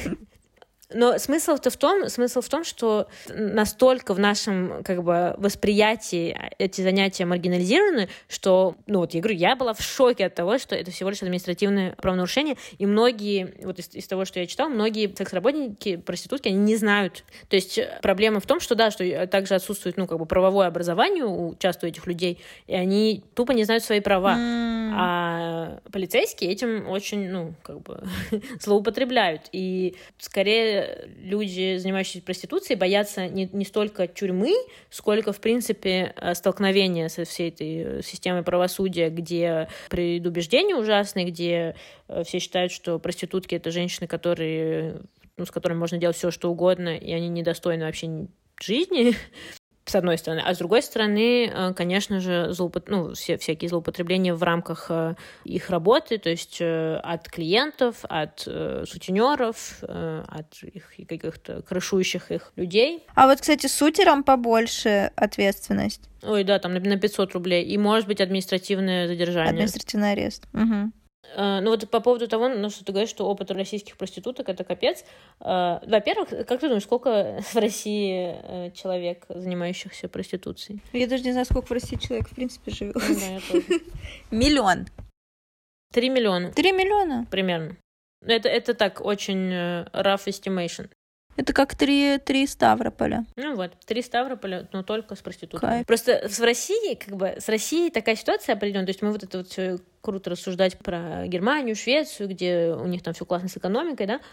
Но смысл-то в том, смысл в том, что настолько в нашем, как бы, восприятии эти занятия маргинализированы, что, ну вот я говорю, я была в шоке от того, что это всего лишь административное правонарушение, и многие, вот из, из того, что я читала, многие секс-работники, проститутки, они не знают. То есть проблема в том, что да, что также отсутствует, ну, как бы, правовое образование у часто у этих людей, и они тупо не знают свои права. Mm. А полицейские этим очень, ну, как бы, злоупотребляют. И скорее люди, занимающиеся проституцией, боятся не, не столько тюрьмы, сколько, в принципе, столкновения со всей этой системой правосудия, где предубеждения ужасные, где все считают, что проститутки — это женщины, которые, ну, с которыми можно делать все, что угодно, и они недостойны вообще жизни, с одной стороны. А с другой стороны, конечно же, злоупот... ну, все, всякие злоупотребления в рамках их работы, то есть от клиентов, от сутенеров, от их каких-то крышующих их людей. А вот, кстати, сутерам побольше ответственность. Ой, да, там на пятьсот рублей. И может быть административное задержание. Административный арест. Угу. Ну вот по поводу того, ну, что ты говоришь, что опыт российских проституток — это капец. Во-первых, как ты думаешь, сколько в России человек, занимающихся проституцией? Я даже не знаю, сколько в России человек в принципе живет. Ну, да, я тоже. Миллион. Три миллиона. Три миллиона? Примерно. Это, это так, очень rough estimation. Это как три, три Ставрополя. Ну вот, три Ставрополя, но только с проститутками. Кайф. Просто в России, как бы, с Россией такая ситуация определенная. То есть мы вот это вот все круто рассуждать про Германию, Швецию, где у них там все классно с экономикой, да?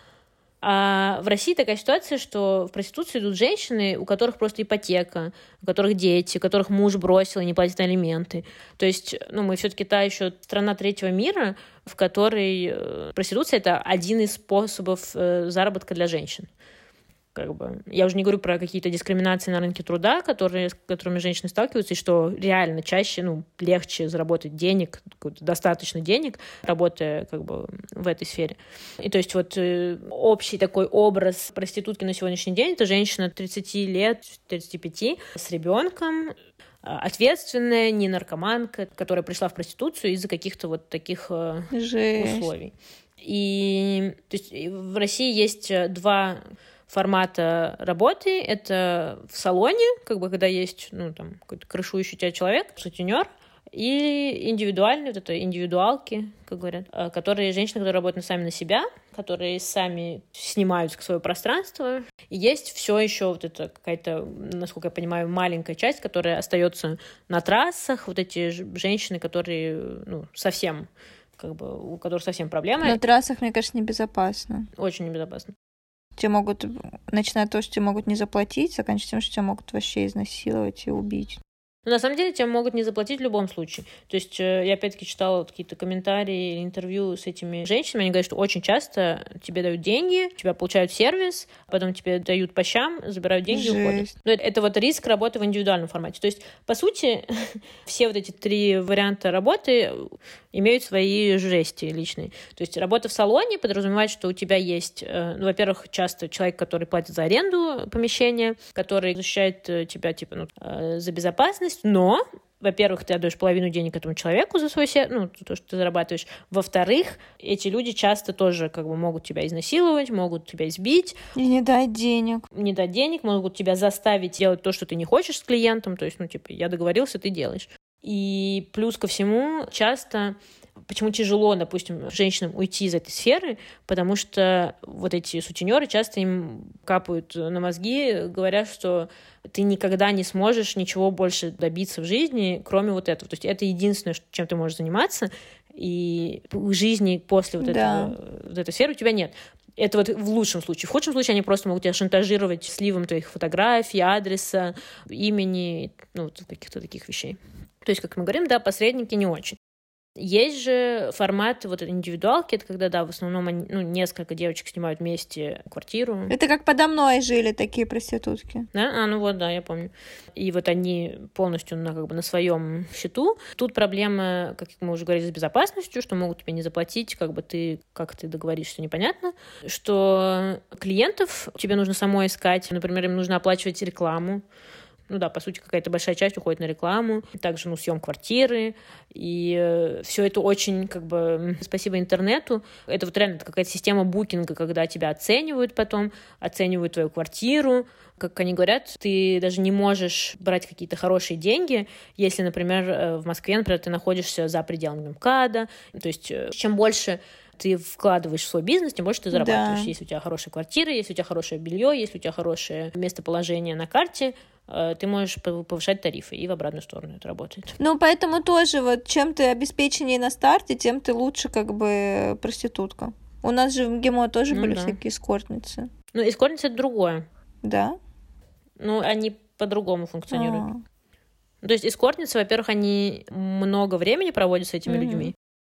А в России такая ситуация, что в проституцию идут женщины, у которых просто ипотека, у которых дети, у которых муж бросил и не платит алименты. То есть, ну, мы все-таки та еще страна третьего мира, в которой проституция — это один из способов заработка для женщин. Как бы. Я уже не говорю про какие-то дискриминации на рынке труда, которые, с которыми женщины сталкиваются, и что реально чаще, ну, легче заработать денег, достаточно денег, работая, как бы, в этой сфере. И то есть вот э, общий такой образ проститутки на сегодняшний день — это женщина тридцати лет, тридцати пяти, с ребенком, ответственная, не наркоманка, которая пришла в проституцию из-за каких-то вот таких э, условий. И то есть в России есть два формата работы. Это в салоне, как бы, когда есть, ну, там, какой-то крышующий тебя человек, сутенер, и индивидуальные, вот это индивидуалки, как говорят, которые женщины, которые работают сами на себя, которые сами снимают свое пространство. И есть все еще вот это какая-то, насколько я понимаю, маленькая часть, которая остается на трассах, вот эти женщины, которые, ну, совсем, как бы, у которых совсем проблемы. На трассах, мне кажется, небезопасно. Очень небезопасно. Тебе могут, начиная от того, что тебе могут не заплатить, заканчивая тем, что тебя могут вообще изнасиловать и убить. Но на самом деле тебе могут не заплатить в любом случае. То есть я опять-таки читала какие-то комментарии или интервью с этими женщинами. Они говорят, что очень часто тебе дают деньги, тебя получают сервис, потом тебе дают по щам, забирают деньги и уходят. Но это, это вот риск работы в индивидуальном формате. То есть, по сути, все вот эти три варианта работы имеют свои жести личные. То есть работа в салоне подразумевает, что у тебя есть, ну, во-первых, часто человек, который платит за аренду помещения, который защищает тебя типа, ну, за безопасность, но, во-первых, ты отдаешь половину денег этому человеку за свой сервис, ну, то, что ты зарабатываешь. Во-вторых, эти люди часто тоже как бы могут тебя изнасиловать, могут тебя избить. И не дать денег. Не дать денег, могут тебя заставить делать то, что ты не хочешь с клиентом. То есть, ну, типа, я договорился, ты делаешь. И плюс ко всему, часто, почему тяжело, допустим, женщинам уйти из этой сферы, потому что вот эти сутенеры часто им капают на мозги, говорят, что ты никогда не сможешь ничего больше добиться в жизни, кроме вот этого. То есть это единственное, чем ты можешь заниматься, и жизни после вот, да. этого, вот этой сферы у тебя нет. Это вот в лучшем случае. В худшем случае они просто могут тебя шантажировать сливом твоих фотографий, адреса, имени, ну, вот каких-то таких вещей. То есть, как мы говорим, да, посредники не очень. Есть же формат вот индивидуалки, это когда, да, в основном они, ну, несколько девочек снимают вместе квартиру. Это как подо мной жили такие проститутки. Да? А, ну вот, да, я помню. И вот они полностью на, как бы, на своем счету. Тут проблема, как мы уже говорили, с безопасностью, что могут тебе не заплатить, как бы ты, как ты договоришься, непонятно. Что клиентов тебе нужно самой искать, например, им нужно оплачивать рекламу. Ну да, по сути, какая-то большая часть уходит на рекламу, также, ну, съем квартиры, и э, все это очень, как бы, спасибо интернету, это вот реально какая-то система букинга, когда тебя оценивают потом, оценивают твою квартиру, как они говорят, ты даже не можешь брать какие-то хорошие деньги, если, например, в Москве, например, ты находишься за пределами МКАДа, то есть чем больше ты вкладываешь в свой бизнес, тем больше ты зарабатываешь. Да. Если у тебя хорошая квартира, если у тебя хорошее белье, если у тебя хорошее местоположение на карте, ты можешь повышать тарифы, и в обратную сторону это работает. Ну, поэтому тоже вот чем ты обеспеченнее на старте, тем ты лучше как бы проститутка. У нас же в ГИМО тоже ну, были да. всякие эскортницы. Ну, эскортница — это другое. Да? Ну, они по-другому функционируют. А-а-а. То есть эскортницы, во-первых, они много времени проводят с этими mm-hmm. людьми.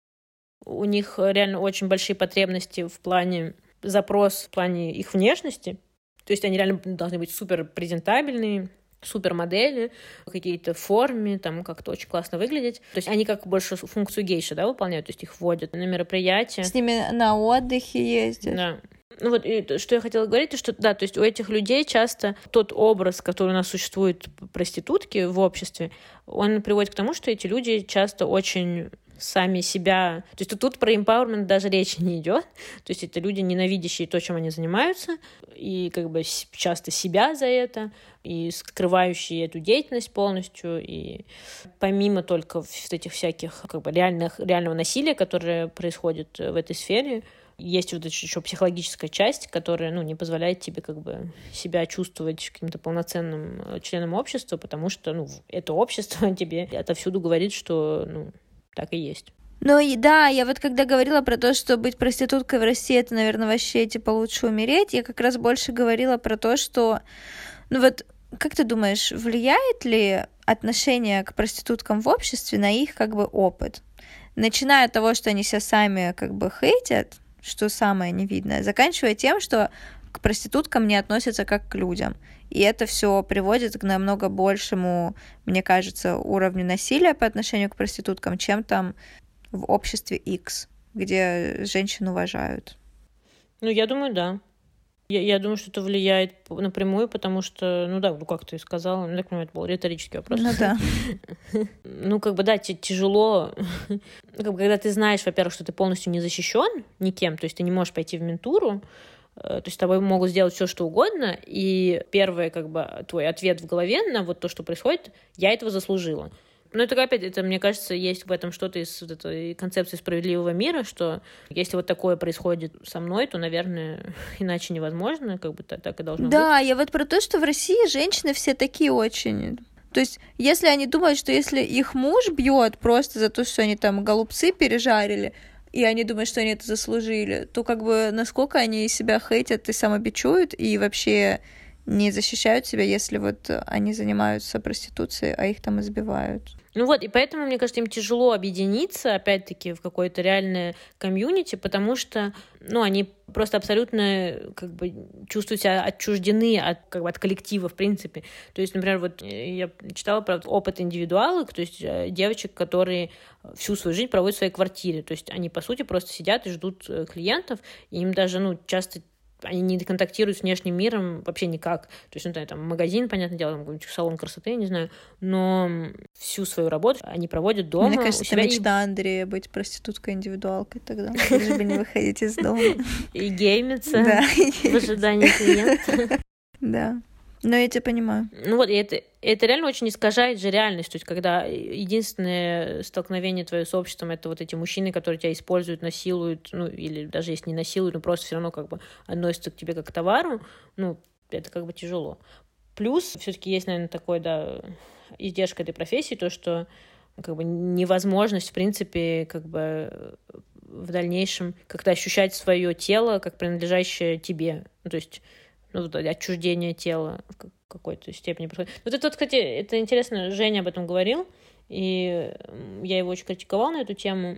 У них реально очень большие потребности в плане запрос, в плане их внешности. То есть они реально должны быть супер презентабельные, супер модели, какие-то в форме, там как-то очень классно выглядеть. То есть они как больше функцию гейши, да, выполняют, то есть их вводят на мероприятия. С ними на отдыхе ездят. Да. Ну вот, и, что я хотела говорить, что да, то есть у этих людей часто тот образ, который у нас существует проститутки в обществе, он приводит к тому, что эти люди часто очень сами себя... То есть тут про empowerment даже речи не идет. То есть это люди, ненавидящие то, чем они занимаются, и как бы часто себя за это, и скрывающие эту деятельность полностью. И помимо только вот этих всяких как бы реальных, реального насилия, которое происходит в этой сфере, есть вот еще психологическая часть, которая, ну, не позволяет тебе как бы себя чувствовать каким-то полноценным членом общества, потому что, ну, это общество тебе отовсюду говорит, что, ну, так и есть. Ну и да, я вот когда говорила про то, что быть проституткой в России, это, наверное, вообще, типа, лучше умереть, я как раз больше говорила про то, что, ну вот, как ты думаешь, влияет ли отношение к проституткам в обществе на их, как бы, опыт? Начиная от того, что они себя сами, как бы, хейтят, что самое невидное, заканчивая тем, что к проституткам не относятся как к людям. И это все приводит к намного большему, мне кажется, уровню насилия по отношению к проституткам, чем там в обществе X, где женщин уважают. Ну, я думаю, да. Я, я думаю, что это влияет напрямую, потому что, ну да, ну как ты сказала, ну, так понимаю, это был риторический вопрос. Ну да. Ну, как бы, да, тяжело, как бы, когда ты знаешь, во-первых, что ты полностью не защищен никем, то есть ты не можешь пойти в ментуру, то есть с тобой могут сделать все, что угодно, и первый, как бы, твой ответ в голове на вот то, что происходит, я этого заслужила. Но это, опять, это, мне кажется, есть в этом что-то из вот этой концепции справедливого мира, что если вот такое происходит со мной, то, наверное, иначе невозможно, как бы так, так и должно да, быть. Да, я вот про то, что в России женщины все такие очень... То есть, если они думают, что если их муж бьет просто за то, что они там голубцы пережарили, и они думают, что они это заслужили, то как бы насколько они себя хейтят и самобичуют, и вообще не защищают себя, если вот они занимаются проституцией, а их там избивают. Ну вот, и поэтому, мне кажется, им тяжело объединиться, опять-таки, в какое-то реальное комьюнити, потому что, ну, они просто абсолютно, как бы, чувствуют себя отчуждены от, как бы, от коллектива, в принципе. То есть, например, вот я читала про опыт индивидуалок, то есть девочек, которые всю свою жизнь проводят в своей квартире. То есть они, по сути, просто сидят и ждут клиентов, и им даже, ну, часто они не контактируют с внешним миром вообще никак. То есть, ну, да, там, магазин, понятное дело, там, какой-нибудь салон красоты, я не знаю, но всю свою работу они проводят дома. Мне кажется, у себя это мечта и... Андрея быть проституткой-индивидуалкой тогда, лишь бы не выходить из дома. И геймиться в ожидании клиента. Да. Но я тебя понимаю. Ну вот, и это, это реально очень искажает же реальность. То есть, когда единственное столкновение твое с обществом — это вот эти мужчины, которые тебя используют, насилуют, ну, или даже если не насилуют, но просто все равно как бы относятся к тебе как к товару, ну, это как бы тяжело. Плюс все-таки есть, наверное, такой, да, издержка этой профессии, то, что как бы невозможность, в принципе, как бы в дальнейшем как-то ощущать свое тело как принадлежащее тебе. Ну, то есть ну, отчуждение тела в какой-то степени происходит. Вот это, вот, кстати, это интересно, Женя об этом говорил, и я его очень критиковала на эту тему,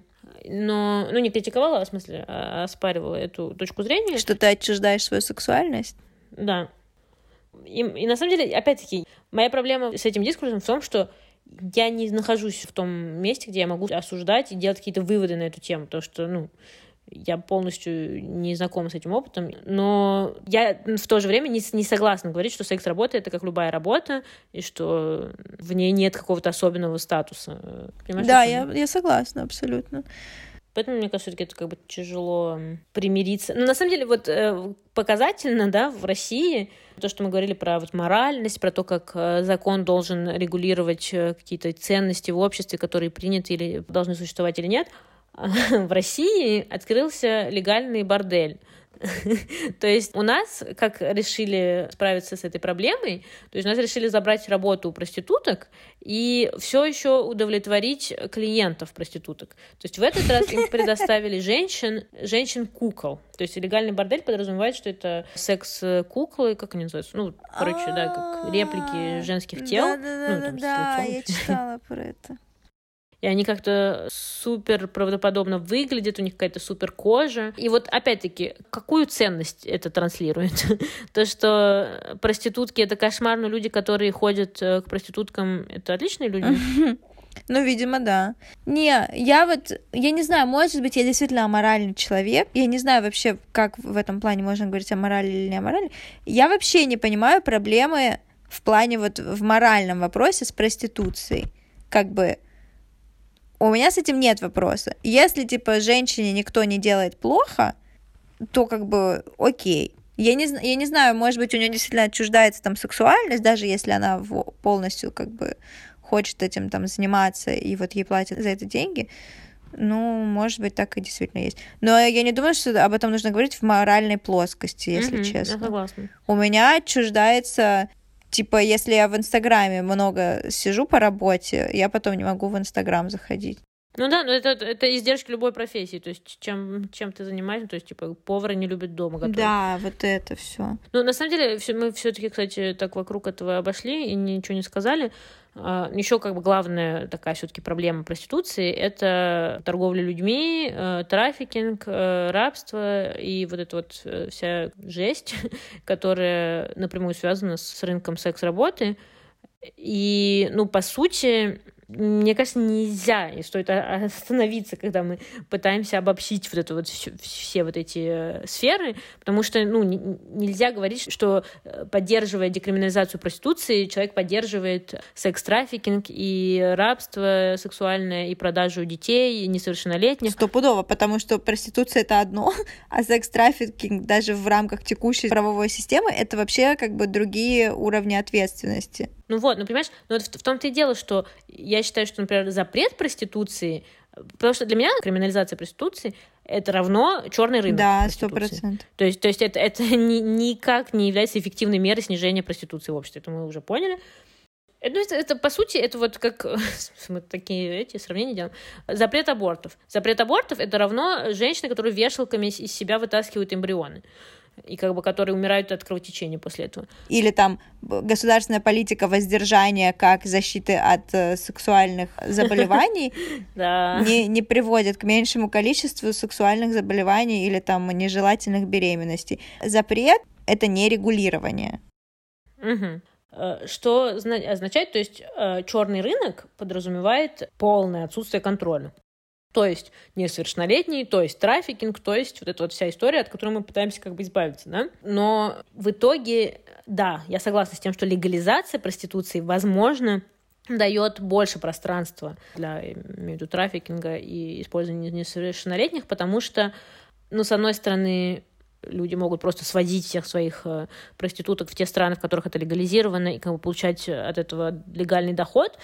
но, ну, не критиковала, а в смысле, а оспаривала эту точку зрения. Что ты отчуждаешь свою сексуальность? Да. И, и на самом деле, опять-таки, моя проблема с этим дискурсом в том, что я не нахожусь в том месте, где я могу осуждать и делать какие-то выводы на эту тему, потому что, ну, я полностью не знакома с этим опытом, но я в то же время не, не согласна говорить, что секс-работа — это как любая работа, и что в ней нет какого-то особенного статуса. Понимаешь, да, я, я согласна абсолютно. Поэтому, мне кажется, все-таки это как бы тяжело примириться. Но на самом деле вот э, показательно, да, в России то, что мы говорили про вот моральность, про то, как э, закон должен регулировать э, какие-то ценности в обществе, которые приняты или должны существовать или нет, в России открылся легальный бордель. То есть у нас, как решили справиться с этой проблемой, то есть у нас решили забрать работу у проституток и все еще удовлетворить клиентов проституток. То есть в этот раз им предоставили женщин, женщин-кукол. То есть легальный бордель подразумевает, что это секс-куклы, как они называются? Ну, короче, да, как реплики женских тел. Да-да-да, я читала про это. И они как-то супер правдоподобно выглядят, у них какая-то супер кожа. И вот опять-таки, какую ценность это транслирует? То, что проститутки — это кошмар, но люди, которые ходят к проституткам, это отличные люди? Ну, видимо, да. Не, я вот, я не знаю, может быть, я действительно аморальный человек. Я не знаю вообще, как в этом плане можно говорить о морали или не о морали. Я вообще не понимаю проблемы в плане вот в моральном вопросе с проституцией. Как бы у меня с этим нет вопроса. Если, типа, женщине никто не делает плохо, то, как бы, окей. Я не, я не знаю, может быть, у нее действительно отчуждается там сексуальность, даже если она полностью, как бы, хочет этим там заниматься, и вот ей платят за это деньги. Ну, может быть, так и действительно есть. Но я не думаю, что об этом нужно говорить в моральной плоскости, если mm-hmm, честно. Я согласна. У меня отчуждается... Типа, если я в Инстаграме много сижу по работе, я потом не могу в Инстаграм заходить. Ну да, но это, это издержки любой профессии. То есть, чем, чем ты занимаешься, то есть, типа, повары не любят дома готовить. Да, вот это все. Ну, на самом деле, мы все-таки, кстати, так вокруг этого обошли и ничего не сказали. Еще как бы главная такая все-таки проблема проституции — это торговля людьми, трафикинг, рабство и вот эта вот вся жесть, которая напрямую связана с рынком секс-работы. И, ну, по сути, Мне кажется, нельзя, и стоит остановиться, когда мы пытаемся обобщить вот это вот все, все вот эти сферы, потому что, ну, нельзя говорить, что, поддерживая декриминализацию проституции, человек поддерживает секс-трафикинг и рабство сексуальное, и продажу детей несовершеннолетних. Стопудово, потому что проституция — это одно, а секс-трафикинг даже в рамках текущей правовой системы — это вообще как бы другие уровни ответственности. Ну вот, ну понимаешь, ну, вот в, в том-то и дело, что я считаю, что, например, запрет проституции, потому что для меня криминализация проституции — это равно черный рынок. Да, сто процентов. То есть, то есть это, это ни, никак не является эффективной мерой снижения проституции в обществе, это мы уже поняли. Это, это, это по сути, это вот как мы такие эти сравнения делаем. Запрет абортов. Запрет абортов — это равно женщины, которые вешалками из себя вытаскивают эмбрионы, и как бы которые умирают от кровотечения после этого. Или там государственная политика воздержания как защиты от э, сексуальных заболеваний не, не приводит к меньшему количеству сексуальных заболеваний или там нежелательных беременностей. Запрет — это не регулирование. Угу. Что означает, то есть черный рынок подразумевает полное отсутствие контроля. То есть несовершеннолетний, то есть трафикинг, то есть вот эта вот вся история, от которой мы пытаемся как бы избавиться, да? Но в итоге, да, я согласна с тем, что легализация проституции, возможно, дает больше пространства для, имею в виду, трафикинга и использования несовершеннолетних, потому что, ну, с одной стороны, люди могут просто сводить всех своих э, проституток в те страны, в которых это легализировано, и как бы получать от этого легальный доход,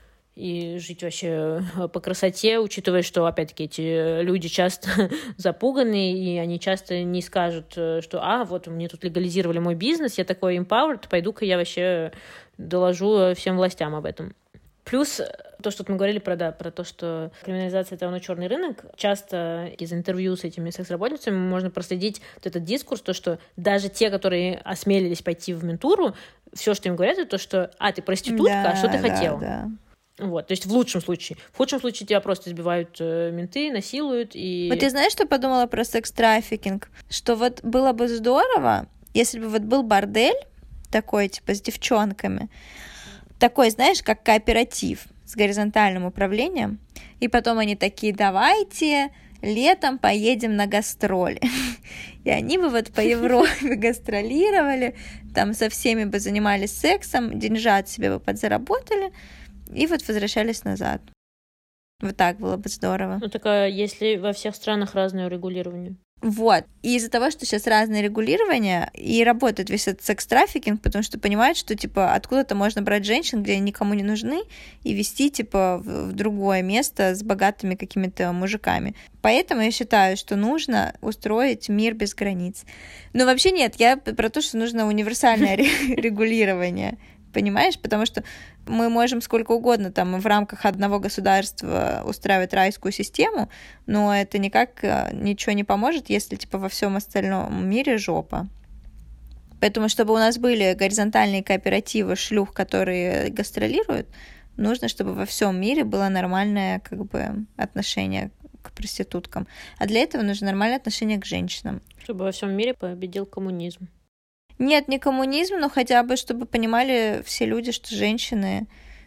и жить вообще по красоте, учитывая, что, опять-таки, эти люди часто запуганы, и они часто не скажут, что «а, вот мне тут легализировали мой бизнес, я такой empowered, пойду-ка я вообще доложу всем властям об этом». Плюс то, что мы говорили про, да, про то, что криминализация — это равно черный рынок. Часто из интервью с этими секс-работницами можно проследить вот этот дискурс, то, что даже те, которые осмелились пойти в ментуру, все, что им говорят, это то, что «а, ты проститутка, да, а что ты да, хотела?» да. Вот, то есть в лучшем случае. В худшем случае тебя просто избивают э, менты, насилуют и... Вот ты знаешь, что подумала про секс-трафикинг? Что вот было бы здорово, если бы вот был бордель такой, типа, с девчонками, такой, знаешь, как кооператив с горизонтальным управлением, и потом они такие: давайте летом поедем на гастроли. И они бы вот по Европе гастролировали, там со всеми бы занимались сексом, деньжат себе бы подзаработали, и вот возвращались назад. Вот так было бы здорово. Ну, так а если во всех странах разное регулирование? Вот. И из-за того, что сейчас разное регулирование, и работает весь этот секс-трафикинг, потому что понимают, что, типа, откуда-то можно брать женщин, где они никому не нужны, и везти, типа, в, в другое место с богатыми какими-то мужиками. Поэтому я считаю, что нужно устроить мир без границ. Но вообще нет, я про то, что нужно универсальное регулирование. Понимаешь? Потому что мы можем сколько угодно там в рамках одного государства устраивать райскую систему, но это никак ничего не поможет, если типа во всем остальном мире жопа. Поэтому, чтобы у нас были горизонтальные кооперативы шлюх, которые гастролируют, нужно, чтобы во всем мире было нормальное как бы отношение к проституткам. А для этого нужно нормальное отношение к женщинам. Чтобы во всем мире победил коммунизм. Нет, не коммунизм, но хотя бы, чтобы понимали все люди, что женщины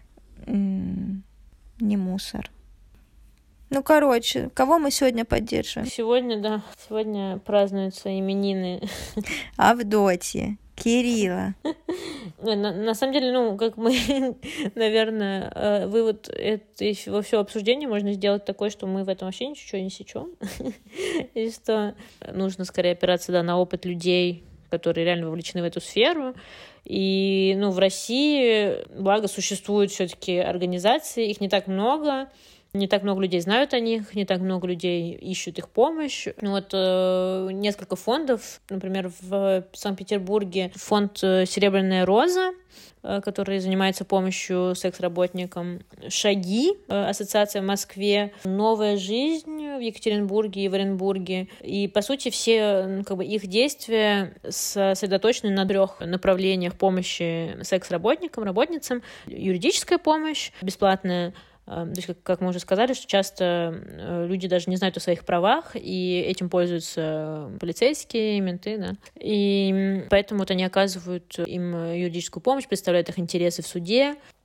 м- не мусор. Ну, короче, кого мы сегодня поддерживаем? Сегодня, да, сегодня празднуются именины. Авдотьи, Кирилла. На, на самом деле, ну, как мы, наверное, вывод этого всего обсуждения можно сделать такой, что мы в этом вообще ничего не сечем. И что нужно скорее опираться, да, на опыт людей, которые реально вовлечены в эту сферу. И, ну, в России, благо, существуют все-таки организации, их не так много, не так много людей знают о них, не так много людей ищут их помощь. Вот э, несколько фондов, например, в Санкт-Петербурге фонд «Серебряная роза», который занимается помощью секс-работникам, «Шаги», ассоциация в Москве, «Новая жизнь» в Екатеринбурге и в Оренбурге. И, по сути, все как бы, их действия сосредоточены на трех направлениях помощи секс-работникам, работницам. Юридическая помощь, бесплатная. То есть, как, как мы уже сказали, что часто люди даже не знают о своих правах, и этим пользуются полицейские, менты, да. И поэтому вот они оказывают им юридическую помощь, представляют их интересы в суде.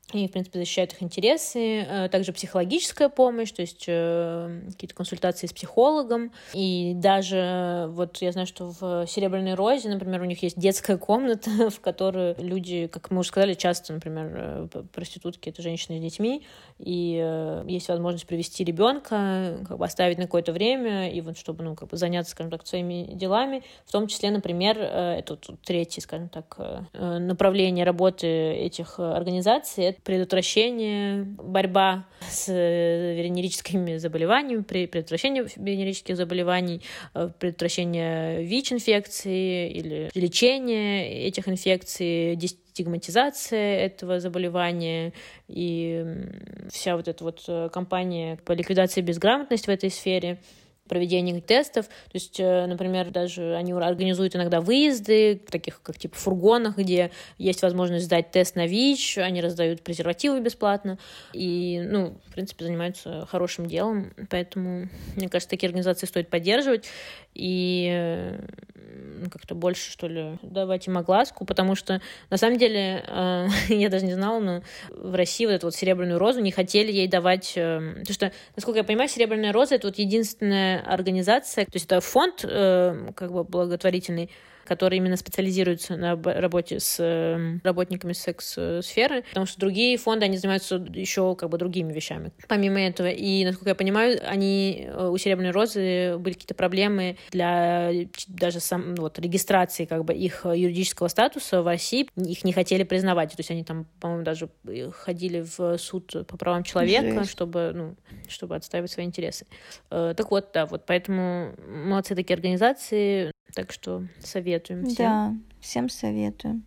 и, в принципе, защищают их интересы. Также психологическая помощь, то есть какие-то консультации с психологом. И даже вот я знаю, что в «Серебряной розе», например, у них есть детская комната, в которую люди, как мы уже сказали, часто, например, проститутки — это женщины с детьми, и есть возможность привести ребенка, как бы оставить на какое-то время, и вот чтобы, ну, как бы заняться, скажем так, своими делами. В том числе, например, это вот третье, скажем так, направление работы этих организаций — предотвращение, борьба с венерическими заболеваниями, предотвращение венерических заболеваний, предотвращение ВИЧ-инфекции или лечение этих инфекций, дестигматизация этого заболевания и вся вот эта вот кампания по ликвидации безграмотности в этой сфере, проведение тестов. То есть, например, даже они организуют иногда выезды, таких как типа фургонах, где есть возможность сдать тест на ВИЧ, они раздают презервативы бесплатно. И, ну, в принципе, занимаются хорошим делом. Поэтому, мне кажется, такие организации стоит поддерживать и как-то больше, что ли, давать им огласку, потому что, на самом деле, э, я даже не знала, но в России вот эту вот «Серебряную розу» не хотели ей давать, э, потому что, насколько я понимаю, «Серебряная роза» — это вот единственная организация, то есть это фонд э, как бы благотворительный, который именно специализируется на работе с работниками секс-сферы, потому что другие фонды, они занимаются еще как бы другими вещами. Помимо этого, и, насколько я понимаю, они, у «Серебряной розы» были какие-то проблемы для даже сам, вот, регистрации как бы их юридического статуса в России, их не хотели признавать, то есть они там, по-моему, даже ходили в суд по правам человека, Жесть. чтобы, ну, чтобы отстаивать свои интересы. Так вот, да, вот поэтому молодцы такие организации, так что советуем всем. Да, всем советую.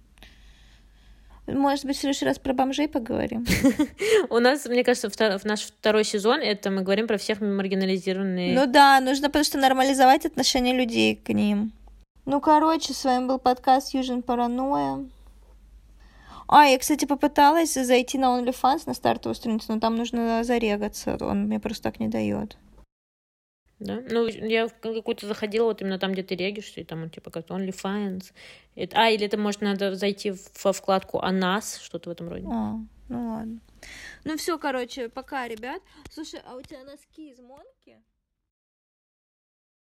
Может быть, в следующий раз про бомжей поговорим? У нас, мне кажется, в наш второй сезон это мы говорим про всех маргинализированные... Ну да, нужно просто нормализовать отношение людей к ним. Ну, короче, с вами был подкаст Южин Паранойя. А, я, кстати, попыталась зайти на OnlyFans, на стартовую страницу, но там нужно зарегаться, он мне просто так не дает. Да? Ну, я в какую-то заходила, вот именно там, где ты регишься, и там, типа, как OnlyFans. Это... А, или это, может, надо зайти во вкладку «О нас», что-то в этом роде. А, ну ладно. Ну все, короче, пока, ребят. Слушай, а у тебя носки из Монки?